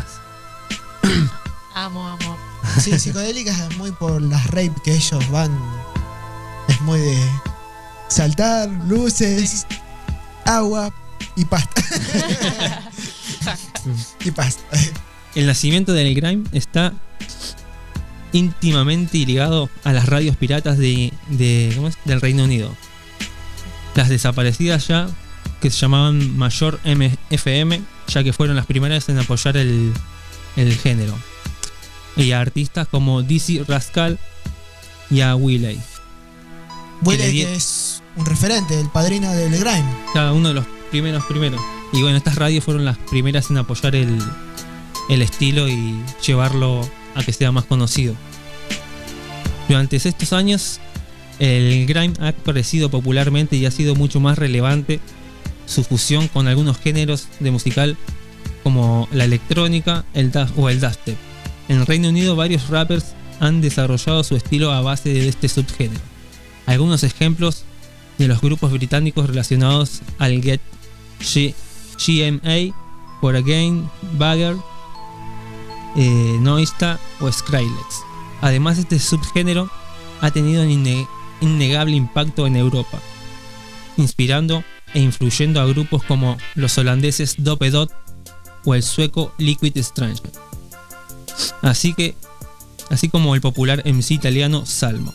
Amo, amo. Sí, psicodélicas es muy por las rave que ellos van. Es muy de saltar, luces, agua y pasta. y pasta. El nacimiento del grime está íntimamente ligado a las radios piratas de, de, ¿cómo es? del Reino Unido. Las desaparecidas ya, que se llamaban Mayor M F M, ya que fueron las primeras en apoyar el, el género. Y a artistas como Dizzy Rascal y a Wiley. Wiley, que, di- que es un referente, el padrino del grime. Cada uno de los primeros primeros. Y bueno, estas radios fueron las primeras en apoyar el, el estilo y llevarlo a que sea más conocido. Durante estos años, el grime ha crecido popularmente y ha sido mucho más relevante su fusión con algunos géneros de musical como la electrónica el dub- o el dubstep. En el Reino Unido, varios rappers han desarrollado su estilo a base de este subgénero. Algunos ejemplos de los grupos británicos relacionados al Get G- GMA, For Again, Bagger, eh, Noista o Skrillex. Además, este subgénero ha tenido un inne- innegable impacto en Europa, inspirando e influyendo a grupos como los holandeses Dope Dot o el sueco Liquid Stranger. Así que, así como el popular M C italiano Salmo.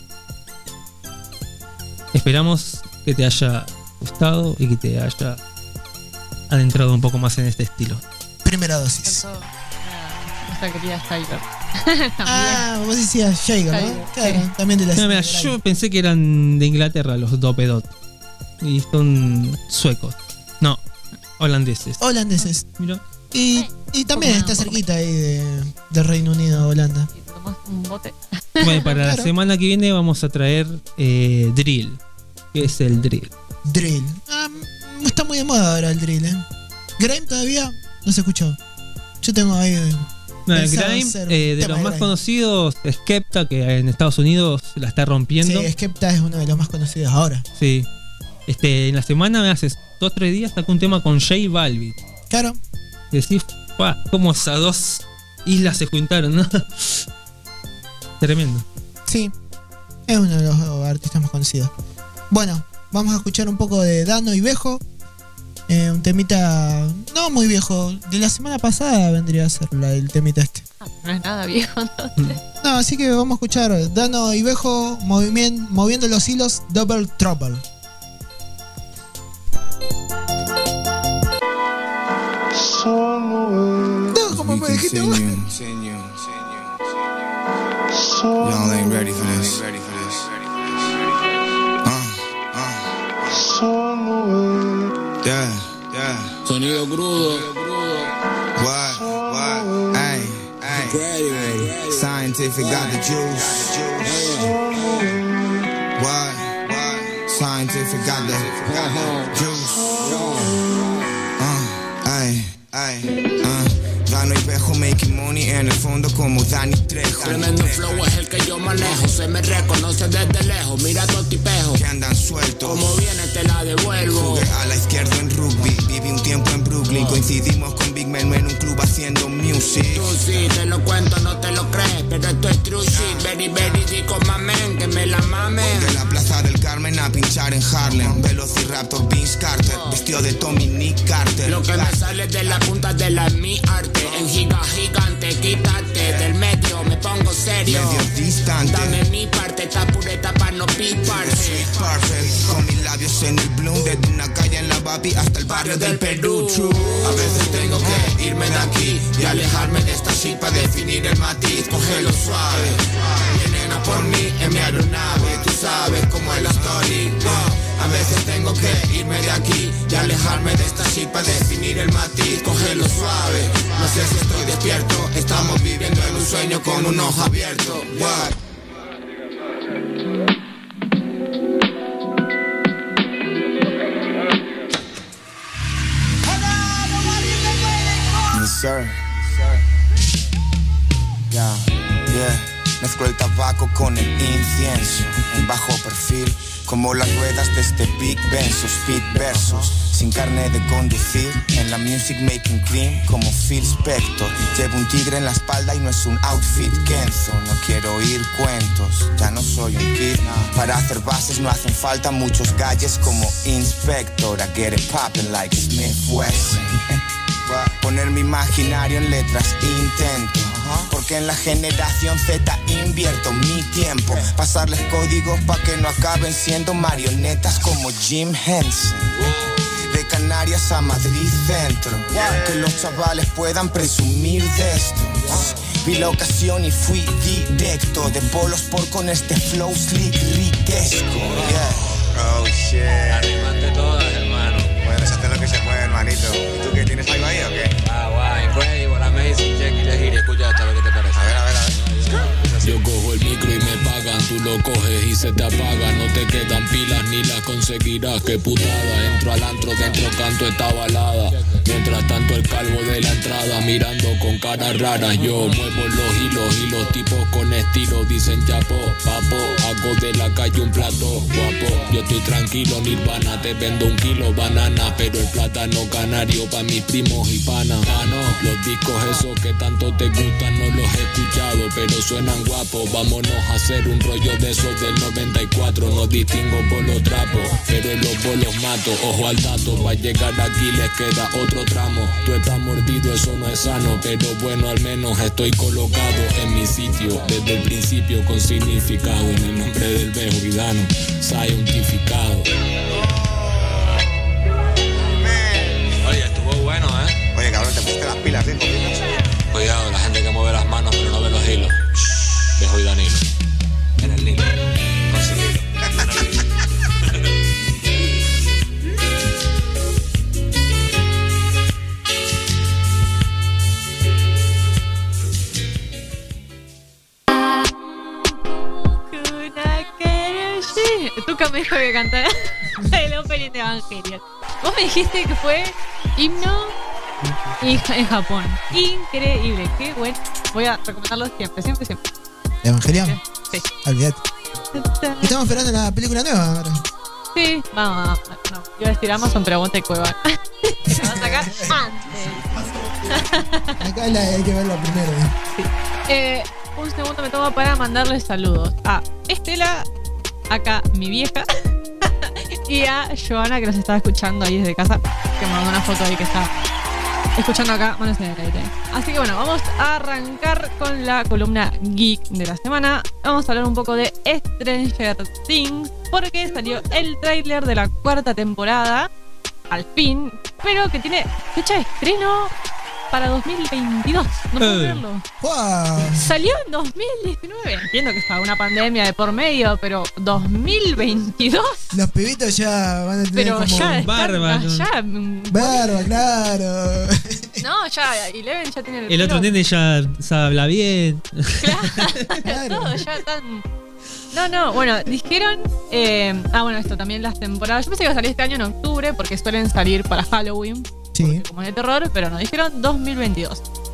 Esperamos que te haya gustado y que te haya adentrado un poco más en este estilo. Primera dosis. Nuestra querida Shaker. Ah, vos decías Shaker, Shaker, ¿no? Claro, sí. también de la No, mira, escena yo pensé que eran de Inglaterra los Dope Dot y son suecos, no, holandeses. holandeses. Mira. Y, y también está cerquita ahí de, del Reino Unido, Holanda. Tomás un bote. Bueno, para la Claro. semana que viene vamos a traer eh, drill. ¿Qué es el drill? Drill. Ah, mm, está muy de moda ahora el drill, ¿eh? Grime todavía no se escuchó. Yo tengo ahí. eh, No, el pensado grime, hacer un eh, de tema los de más grime. conocidos, Skepta, que en Estados Unidos la está rompiendo. Sí, Skepta es uno de los más conocidos ahora. Sí. Este, en la semana, hace dos o tres días, sacó un tema con J Balvin. Claro. Decís, pa, cómo esas dos islas se juntaron, ¿no? Tremendo. Sí, es uno de los artistas más conocidos. Bueno, vamos a escuchar un poco de Dano y Bejo. Eh, un temita no muy viejo. De la semana pasada vendría a ser la- el temita este. No es nada viejo, entonces. No, así que vamos a escuchar Dano y Bejo movimien- moviendo los hilos Double Trouble. No, como me dijiste vos. Y'all ain't ready for this. Uh, yeah, yeah. Sonido crudo. What? What? Ay, ay. Scientific got the juice. What? What? Scientific got the juice. Uh, ay, ay, uh. Gano y pejo, making money en el fondo como Dani Trejo. Tremendo flow es el que yo manejo. Se me reconoce desde lejos. Mira tu tipejo que andan sueltos. Como viene te la devuelvo. Jugué a la izquierda en rugby. Viví un tiempo en Brooklyn. Coincidimos con Big Men en un club haciendo music. Tú sí, te lo cuento, no te lo crees, pero esto es true shit. Very, very rico, mamen, que me la mamen. De la plaza del Carmen a pinchar en Harlem. Velociraptor, Vince Carter, vestido de Tommy Nick Carter. Lo que me sale de la punta de la mi arte. En giga gigante, quítate del medio, me pongo serio. Medio distante. Dame mi parte, esta pureta para no piparse. Sweet perfect, con mis labios en el bloom. Desde una calle en la Babi hasta el barrio del Perú. A veces tengo que irme de aquí y alejarme de esta shit para definir el matiz. Cógelo suave. Vienen a por mí en mi aeronave. Tú sabes cómo es la story. Uh, a veces tengo que irme de aquí y alejarme de esta shit para definir el matiz. Cógelo suave. No sé si estoy despierto. Estamos viviendo en un sueño con un ojo abierto. What? Sir, yeah, yeah. Mezclo el tabaco con el incienso en bajo perfil, como las ruedas de este Big Ben, sus speed versus sin carne de conducir, en la music making clean como Phil Spector. Llevo un tigre en la espalda y no es un outfit Kenzo. No quiero oír cuentos, ya no soy un kid. Para hacer bases no hacen falta muchos galles como Inspector. I get it poppin' like Smith Wesson. Poner mi imaginario en letras intento, porque en la generación Z invierto mi tiempo. Pasarles códigos pa' que no acaben siendo marionetas como Jim Henson. De Canarias a Madrid Centro, que los chavales puedan presumir de esto. Vi la ocasión y fui directo, de polos por con este flow slick riquesco. Yeah. Oh shit. Anímate todas, hermano. Bueno, eso es lo que se puede, hermanito. ¿Y tú qué tienes algo ahí o qué? Ah, guay, incredible, amazing, check it, check it. Escucha esto, a ver qué te parece. A ver, a ver, a ver. Yo cojo el micro y me pagan, tú lo coges y se te apaga. No te quedan pilas ni las conseguirás, qué putada. Entro al antro, dentro canto esta balada. Mientras tanto el calvo de la entrada mirando con cara rara. Yo muevo los hilos y los tipos con estilo dicen chapo, papo. Hago de la calle un plato guapo. Yo estoy tranquilo, Nirvana, te vendo un kilo banana. Pero el plátano canario pa' mis primos y panas. Ah no, los discos esos que tanto te gustan no los he escuchado, pero suenan guapos. Vámonos a hacer un rollo de esos del noventa y cuatro. No distingo por los trapos, pero en los bolos mato. Ojo al dato, pa' llegar aquí les queda otro tramo. Tú estás mordido, eso no es sano, pero bueno, al menos estoy colocado en mi sitio desde el principio con significado. En el nombre del viejo Vidano, scientificado. Oye, estuvo bueno, ¿eh? Oye, cabrón, te pusiste las pilas, ¿sí? Cuidado, la gente que mueve las manos pero no ve los hilos. Shh, dejo y Danilo. En el Nilo. Conseguido. Tuca me dijo que cantara el opening de Evangelion. Vos me dijiste que fue himno y en Japón. Increíble, qué bueno. Voy a recomendarlo siempre, siempre, siempre. ¿Evangelion? Sí. Olvídate. Estamos esperando la película nueva ahora. Sí, vamos, no. Iba a decir Amazon, pero aguanta el Cueva. Se va a sacar antes. Acá la, hay que verla primero. ¿eh? Sí. Eh, un segundo me tomo para mandarles saludos a Estela, acá mi vieja, y a Joana que nos estaba escuchando ahí desde casa, que me mandó una foto ahí que está escuchando acá, manos en el aire. Así que bueno, vamos a arrancar con la columna geek de la semana. Vamos a hablar un poco de Stranger Things, porque salió el tráiler de la cuarta temporada, al fin, pero que tiene fecha de estreno para dos mil veintidós. No puedo Eh. creerlo. Wow. Salió en dos mil diecinueve. Entiendo que fue una pandemia de por medio, pero dos mil veintidós. Los pibitos ya van a tener Pero como... ya están barba, ¿no? allá, mm, Barba, claro. No, ya Eleven ya tiene el, El pelo- otro nene ya sabe hablar bien. Todo ya están. No, no, bueno, dijeron. eh, ah, bueno, esto también las temporadas. Yo pensé que iba a salir este año en octubre porque suelen salir para Halloween. Sí. Como es de terror, pero no, dijeron dos mil veintidós.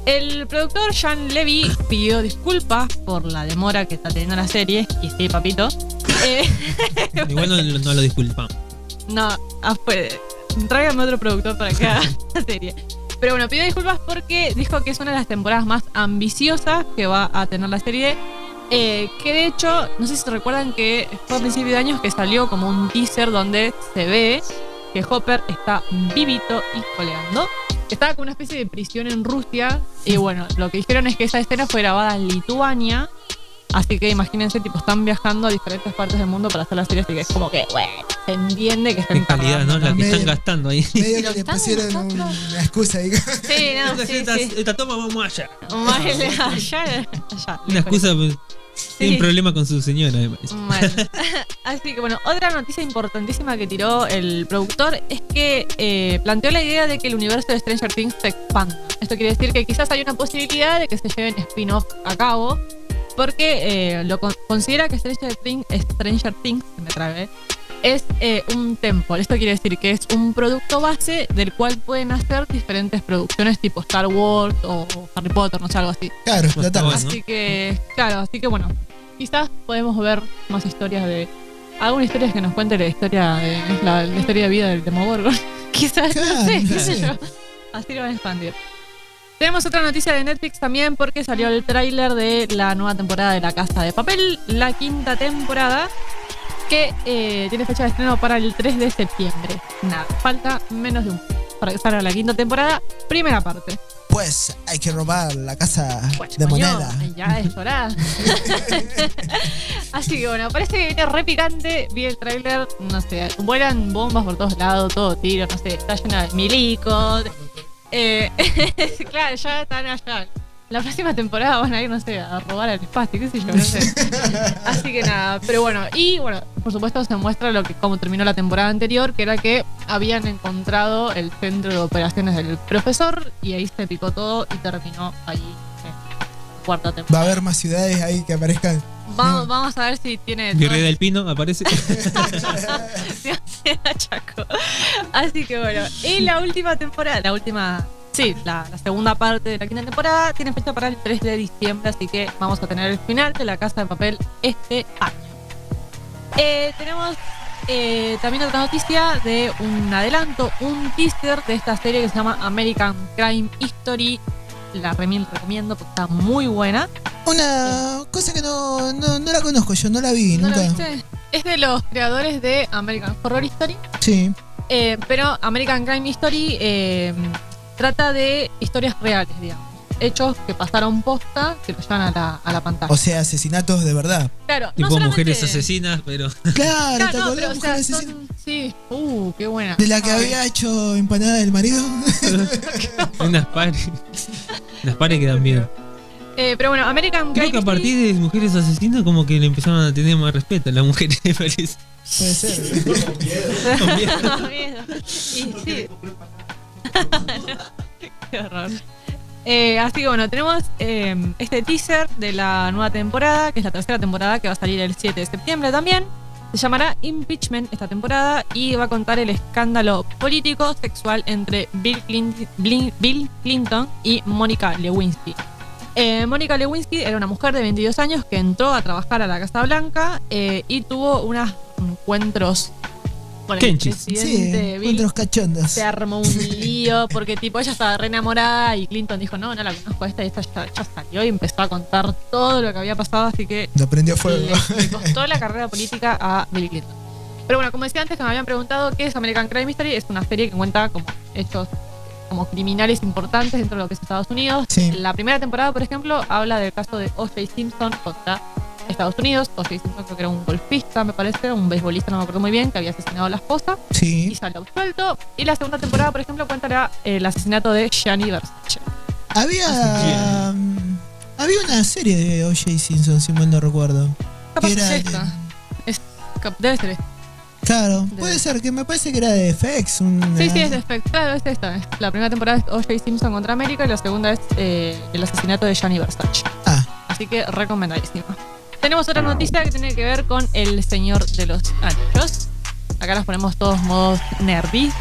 El productor Jean Levy pidió disculpas por la demora que está teniendo la serie. Y sí, papito. Eh, Igual no, no lo disculpamos. no, ah, fue. Tráigame otro productor para que haga la serie. Pero bueno, pidió disculpas porque dijo que es una de las temporadas más ambiciosas que va a tener la serie. Eh, que de hecho, no sé si se recuerdan que fue a principios de años que salió como un teaser donde se ve que Hopper está vivito y coleando. Estaba con una especie de prisión en Rusia. Y bueno, lo que dijeron es que esa escena fue grabada en Lituania. Así que imagínense, tipo, están viajando a diferentes partes del mundo para hacer la serie. Así que es como que, bueno, se entiende que están En calidad, ¿no? La que Medio- están gastando ahí. Medio que le pusieron un- una excusa ahí. Sí, no, sí, esta, sí. esta toma vamos allá. Más allá, allá, allá. Una excusa. Pues, tiene un problema con su señora, me parece. Bueno. Así que bueno, otra noticia importantísima que tiró el productor es que eh, planteó la idea de que el universo de Stranger Things se expanda. Esto quiere decir que quizás hay una posibilidad de que se lleven spin-off a cabo, porque eh, lo con- considera que Stranger Things, Stranger Things se me trabé, es eh, un temple. Esto quiere decir que es un producto base del cual pueden hacer diferentes producciones tipo Star Wars o Harry Potter, no sé, algo así. Claro, explotar. Así que, claro, así que bueno, quizás podemos ver más historias de. Alguna historia que nos cuente la historia de la, la historia de vida del Demogorgon. Quizás, no Claro, sé, no qué sé sé. yo. Así lo van a expandir. Tenemos otra noticia de Netflix también porque salió el tráiler de la nueva temporada de La Casa de Papel, la quinta temporada, que eh, tiene fecha de estreno para el tres de septiembre. Nada, falta menos de un mes para que salga la quinta temporada, primera parte. Pues hay que robar la casa Pues, de coño, moneda. ya es hora. Así que bueno, parece que viene re picante. Vi el tráiler, no sé, vuelan bombas por todos lados, todo tiro, no sé, está lleno de milicos. Eh, claro, ya están allá. La próxima temporada van a ir, no sé, a robar al espacio, qué sé yo, no sé. Así que nada, pero bueno, y bueno, por supuesto se muestra lo que cómo terminó la temporada anterior, que era que habían encontrado el centro de operaciones del profesor y ahí se picó todo y terminó ahí en la cuarta Va temporada. a haber más ciudades ahí que aparezcan. Vamos, vamos a ver si tiene Virrey del Pino aparece. Chaco. Así que bueno, y la última temporada, la última, sí, la, la segunda parte de la quinta temporada tiene fecha para el tres de diciembre, así que vamos a tener el final de La Casa de Papel este año. Eh, tenemos eh, también otra noticia de un adelanto, un teaser de esta serie que se llama American Crime History. La remil recomiendo porque está muy buena. Una cosa que no, no, no la conozco yo, no la vi ¿No nunca. la viste? Es de los creadores de American Horror Story. Sí. Eh, pero American Crime History eh, trata de historias reales, digamos. Hechos que pasaron posta, que lo llevan a la, a la pantalla. O sea, asesinatos de verdad. Claro, Tipo no solamente- mujeres asesinas, pero. Claro, ¿te Claro, no, acordás pero, de o sea, Mujeres son- sí. Uh, qué buena. De la que Ah, había hecho empanada del marido. Unas pares. Unas pares que dan miedo. Eh, pero bueno, American Creo Crime que a History. partir de mujeres asesinas, como que le empezaron a tener más respeto a las mujeres, me parece. Puede ser. Con miedo. Con miedo. Y sí. Qué horror. Eh, así que bueno, tenemos eh, este teaser de la nueva temporada, que es la tercera temporada, que va a salir el siete de septiembre también. Se llamará Impeachment esta temporada y va a contar el escándalo político sexual entre Bill Clinton, Bill Clinton y Mónica Lewinsky. Eh, Mónica Lewinsky era una mujer de veintidós años que entró a trabajar a la Casa Blanca eh, y tuvo unos encuentros con el Kenchis. presidente Sí, Bill. encuentros cachondos. Se armó un lío porque tipo ella estaba re enamorada y Clinton dijo no, no la conozco a esta y esta ya, ya salió y empezó a contar todo lo que había pasado, así que Lo prendió fuego. le, le costó la carrera política a Bill Clinton. Pero bueno, como decía antes que me habían preguntado qué es American Crime History, es una serie que cuenta como hechos como criminales importantes dentro de lo que es Estados Unidos. Sí. La primera temporada, por ejemplo, habla del caso de O J Simpson contra Estados Unidos. O J Simpson creo que era un golfista, me parece, un beisbolista, no me acuerdo muy bien, que había asesinado a la esposa Sí. y salió absuelto. Y la segunda temporada, por ejemplo, cuenta la- el asesinato de Gianni Versace. Había. um, había una serie de O J Simpson, si mal no recuerdo. Capaz Que que es era- esta. Es, cap- debe ser esta. Claro, puede ser, que me parece que era de F X. Una... Sí, sí, es de Effect. Claro, es esta. La primera temporada es O J Simpson contra América y la segunda es eh, el asesinato de Gianni Versace. Ah. Así que recomendadísima. Tenemos otra noticia que tiene que ver con El Señor de los Anillos. Acá nos ponemos todos modos nerdy.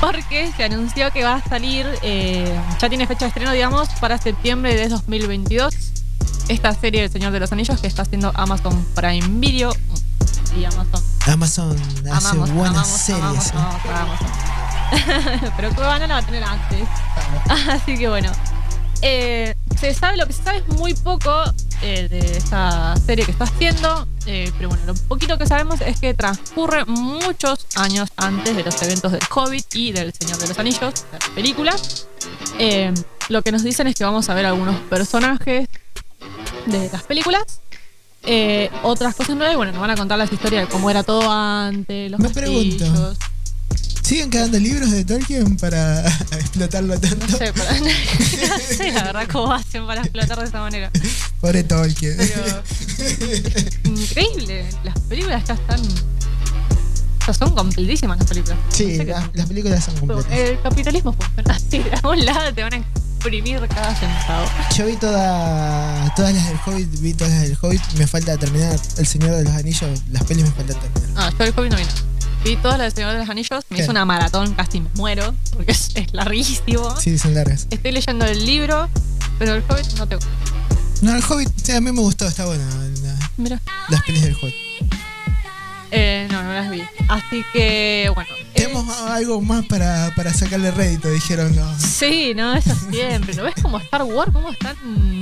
Porque se anunció que va a salir, eh, ya tiene fecha de estreno, digamos, para septiembre de dos mil veintidós. Esta serie El Señor de los Anillos que está haciendo Amazon Prime Video. Y Amazon. Amazon hace Amamos, buenas amamos, series. amamos, ¿eh? amamos a Amazon. Pero Cuevana la va a tener antes. Así que bueno. Eh, se sabe, lo que se sabe es muy poco eh, de esta serie que está haciendo. Eh, pero bueno, lo poquito que sabemos es que transcurre muchos años antes de los eventos del Hobbit y del Señor de los Anillos, de la película. Eh, lo que nos dicen es que vamos a ver algunos personajes de las películas. Eh, otras cosas nuevas, bueno, nos van a contar las historias de cómo era todo antes, los Me castillos. pregunto, ¿siguen quedando libros de Tolkien para explotarlo tanto? No sé, para, no sé la verdad cómo hacen para explotar de esa manera. Pobre Tolkien. Pero increíble, las películas ya están, ya son completísimas las películas. Sí, No sé qué- la- las películas son completas. el capitalismo funciona así, de algún lado te van a exprimir cada centavo. Yo vi toda, todas las del Hobbit, vi todas las del Hobbit, me falta terminar El Señor de los Anillos, las pelis me faltan terminar. Ah, yo el Hobbit no vi nada. Vi todas las del Señor de los Anillos, me ¿Qué? hizo una maratón, casi me muero, porque es, es larguísimo. Sí, son largas. Estoy leyendo el libro, pero el Hobbit no tengo. No, el Hobbit, sí, a mí me gustó, está bueno. la- Mira. las pelis del Hobbit. Eh, no, no las vi. Así que, bueno. Tenemos algo más para, para sacarle rédito, dijeron. No. Sí, no, eso siempre. ¿Lo ves como Star Wars? ¿Cómo están?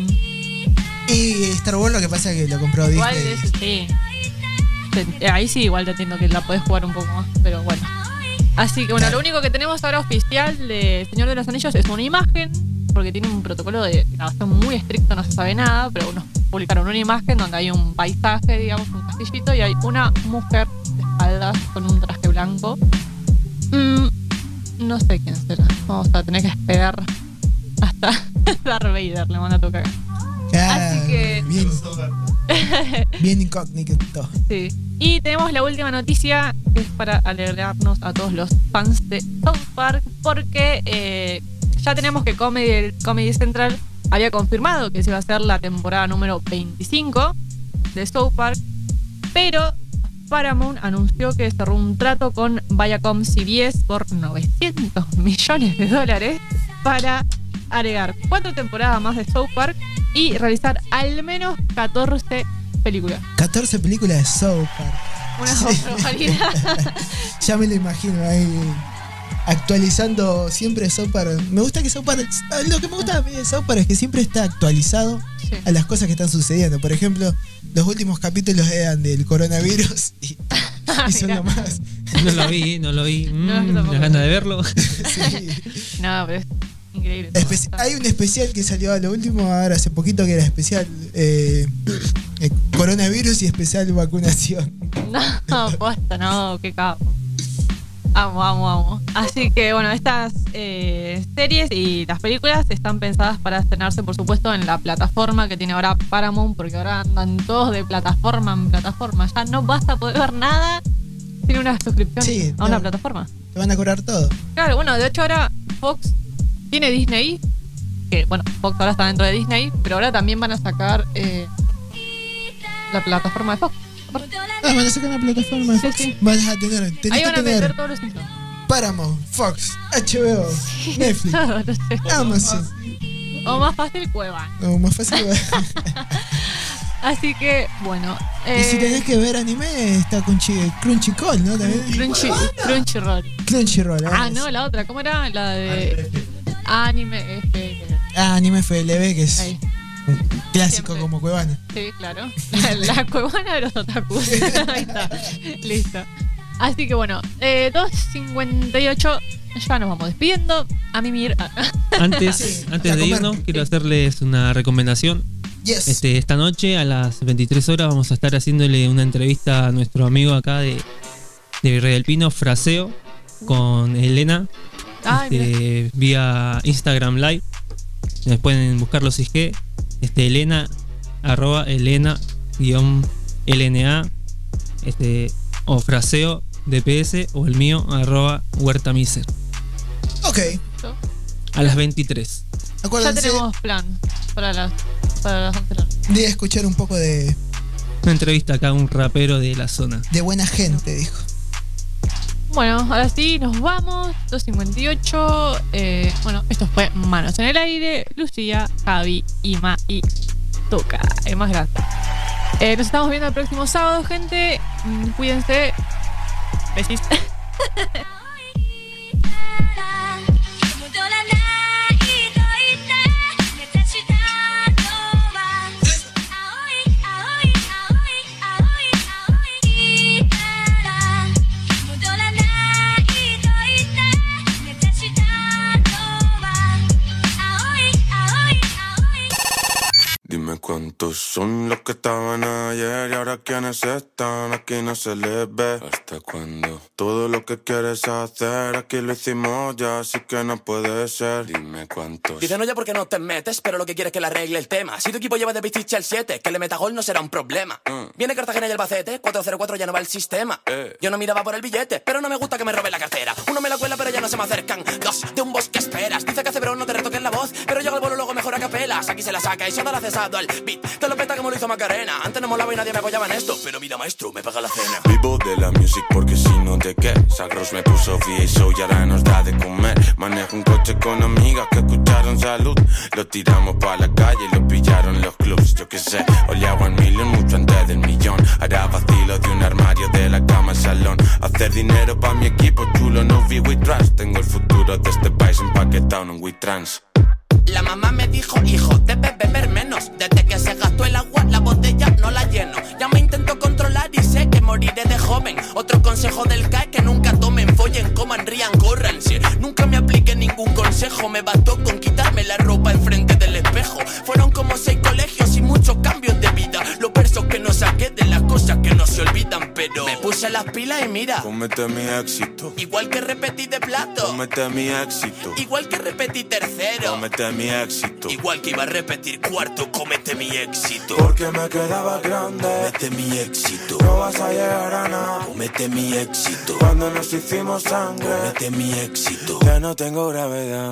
Y Star Wars lo que pasa es que lo compró Igual Disney. es, sí. Te- Ahí sí, igual te entiendo que la podés jugar un poco más, pero bueno. Así que, bueno, lo único que tenemos ahora oficial de Señor de los Anillos es una imagen, porque tiene un protocolo de grabación muy estricto, no se sabe nada, pero nos publicaron una imagen donde hay un paisaje, digamos, un castillito, y hay una mujer de espaldas con un traje blanco. Mm, no sé quién será. Vamos a tener que esperar hasta Darth Vader le van a tocar. Ah, Así que. Bien, bien incógnito. Sí. Y tenemos la última noticia, que es para alegrarnos a todos los fans de South Park, porque eh, ya tenemos que Comedy, Comedy Central había confirmado que se iba a hacer la temporada número veinticinco de South Park, pero Paramount anunció que cerró un trato con Viacom C B S por novecientos millones de dólares para agregar cuatro temporadas más de South Park y realizar al menos catorce películas. catorce películas de South Park. Una barbaridad. Ya me lo imagino ahí actualizando siempre South Park. Me gusta que South Park, lo que me gusta a mí de South Park es que siempre está actualizado Sí. a las cosas que están sucediendo. Por ejemplo, los últimos capítulos eran del coronavirus y, y son lo más. No lo vi, no lo vi. Mm, No, yo tampoco. las ganas de verlo. No, pero es increíble. Espe- hay un especial que salió a lo último ahora hace poquito que era especial eh, eh, coronavirus y especial vacunación. No, posta, no, qué capo. Amo, amo, amo. Así que bueno, estas eh, series y las películas están pensadas para estrenarse, por supuesto, en la plataforma que tiene ahora Paramount, porque ahora andan todos de plataforma en plataforma. Ya no vas a poder ver nada sin una suscripción Sí, a una no. plataforma. Te van a cobrar todo. Claro, bueno, de hecho ahora Fox tiene Disney, que bueno, Fox ahora está dentro de Disney, pero ahora también van a sacar eh, la plataforma de Fox. Ah, van a sacar una plataforma de Fox. Vas a tener, tenés Ahí que van a tener meter todos los Simpsons. Paramount, Fox, H B O, Netflix, No, no sé. Amazon. O más fácil, Cueva. O más fácil. Así que, bueno. Y si eh, tenés que ver anime, está con Chi- Crunchyroll, ¿no? También. Crunchy, Crunchyroll. Crunchyroll. Ah, Ah, no, la otra. ¿Cómo era? La de Anime F. Ah, Anime F L B, que es Ahí. un clásico como Cuevana. Sí, claro. La, la cuevana de los otakus. Ahí está. Listo. Así que bueno, eh, dos cincuenta y ocho. Ya nos vamos despidiendo. A mimir. Antes, Sí, antes a de comer. irnos, quiero hacerles una recomendación. Yes. Este, esta noche a las veintitrés horas vamos a estar haciéndole una entrevista a nuestro amigo acá de, de Virrey del Pino, Fraseo, con Elena, Ay, este, vía Instagram Live. Les pueden buscar los I G, este, Elena, arroba Elena, guión L N A, este, o Fraseo D P S, o el mío, arroba Huerta Miser. Ok. A las veintitrés. Ya Acuérdense tenemos plan para las, para las once de la noche. de escuchar un poco de, Una entrevista acá a un rapero de la zona. de buena gente, dijo. Bueno, ahora sí, nos vamos. dos cincuenta y ocho. Eh, bueno, esto fue Manos en el Aire. Lucía, Javi, Ima y Tuca, el más grande. Eh, nos estamos viendo el próximo sábado, gente. Mm, cuídense. Besis. Dime cuántos son los que estaban ayer y ahora quiénes están, aquí no se les ve. ¿Hasta cuándo? Todo lo que quieres hacer, aquí lo hicimos ya, así que no puede ser. Dime cuántos. Dicen oye porque no te metes, pero lo que quieres es que le arregle el tema. Si tu equipo lleva de Pichichi al siete, que le meta gol no será un problema. Uh. Viene Cartagena y Albacete, cuatro cero cuatro ya no va el sistema. Eh. Yo no miraba por el billete, pero no me gusta que me robe la cartera. Uno me la cuela pero ya no se me acercan. Dos, de un bosque esperas. Dice que hace bro no te retoques la voz, pero llega el bolo luego mejor a capelas. Aquí se la saca y soda la cesado al beat. Te lo peta como lo hizo Macarena. Antes no molaba y nadie me apoyaba en esto, pero mira maestro, me paga la cena. Vivo de la music porque si no te qué. Sagros me puso V A Show y ahora nos da de comer. Manejo un coche con amigas que escucharon salud. Lo tiramos pa' la calle y lo pillaron los clubs. Yo qué sé, olía one million mucho antes del millón. Ahora vacilo de un armario de la cama al salón. Hacer dinero pa' mi equipo chulo, no vi We Trust. Tengo el futuro de este país empaquetado en un We Trans. La mamá me dijo, hijo, debes beber menos. Desde que se gastó el agua, la botella no la lleno. Ya me intento controlar y sé que moriré de joven. Otro consejo del C A E, que nunca tomen, follen, coman, rían, corran. Si nunca me apliqué ningún consejo, me bastó con quitarme la ropa enfrente del espejo. Fueron como seis colegios y muchos cambios de vida. Los versos que no saqué de las cosas que no se olvidan, pero me puse las pilas y mira, cómete mi éxito. Igual que repetí de plato, cómete mi éxito. Igual que repetí tercero, cómete mi éxito. Igual que iba a repetir cuarto, cómete mi éxito. Porque me quedaba grande, cómete mi éxito. No vas a llegar a nada, cómete mi éxito. Cuando nos hicimos sangre, cómete mi éxito. Ya no tengo gravedad.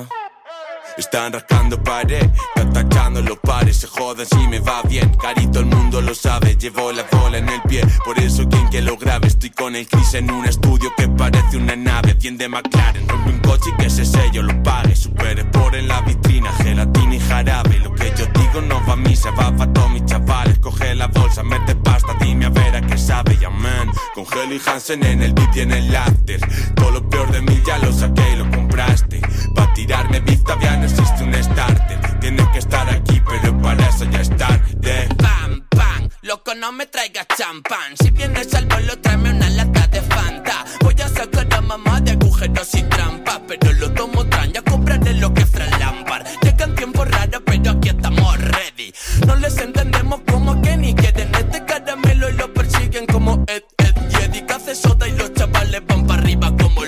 Están rascando pared, están tachando los pares. Se jodan si me va bien, carito el mundo lo sabe. Llevo la bola en el pie, por eso quien que lo grabe. Estoy con el Chris en un estudio que parece una nave. Cien de McLaren, rompe un coche y que ese sello lo pague. Super Sport en la vitrina, gelatina y jarabe. Lo que yo digo no va a misa, va pa' todos mis chavales. Coge la bolsa, mete pasta, dime a ver a qué sabe. Ya man, con Helly Hansen en el beat y en el after. Todo lo peor de mí ya lo saqué y lo compraste. Pa' tirarme beef todavía no existe un starter. Tienes que estar aquí, pero para eso ya es tarde. Pam, pam, loco no me traigas champán. Si vienes al bolo tráeme una lata de Fanta. Voy a sacar a mamá de agujeros y trampas, pero lo tomo tran, ya compraré lo que Fran Lampard. Llegan tiempos raros, pero aquí estamos ready. No les entendemos como que ni quieren este caramelo y lo persiguen como Ed, Ed, Yedi. Que hace soda y los chavales van para arriba como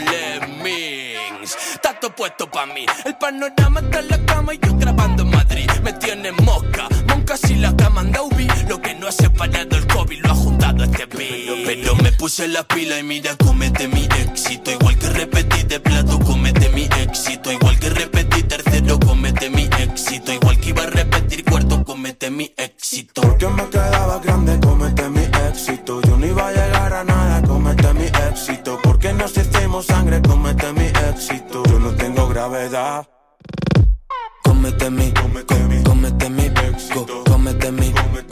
lemmings. Está todo puesto pa' mí, el panorama está en la cama y yo grabando en Madrid. Me tienen mosca, monca si la cama anda ubi. Lo que no ha separado el COVID lo ha juntado este beat. Pero me puse la pila y mira, cómete mi éxito. Igual que repetí de plato, cómete mi éxito. Igual que repetí tercero, cómete mi éxito. Igual que iba a repetir cuarto, cómete mi éxito. Porque me quedaba grande, cómete mi éxito. Yo no iba a llegar a nada, cómete mi éxito. Porque nos hicimos sangre, cómete mi éxito. Yo no tengo gravedad. Cómete mi, cómete mi, cómete mi, cómete mi,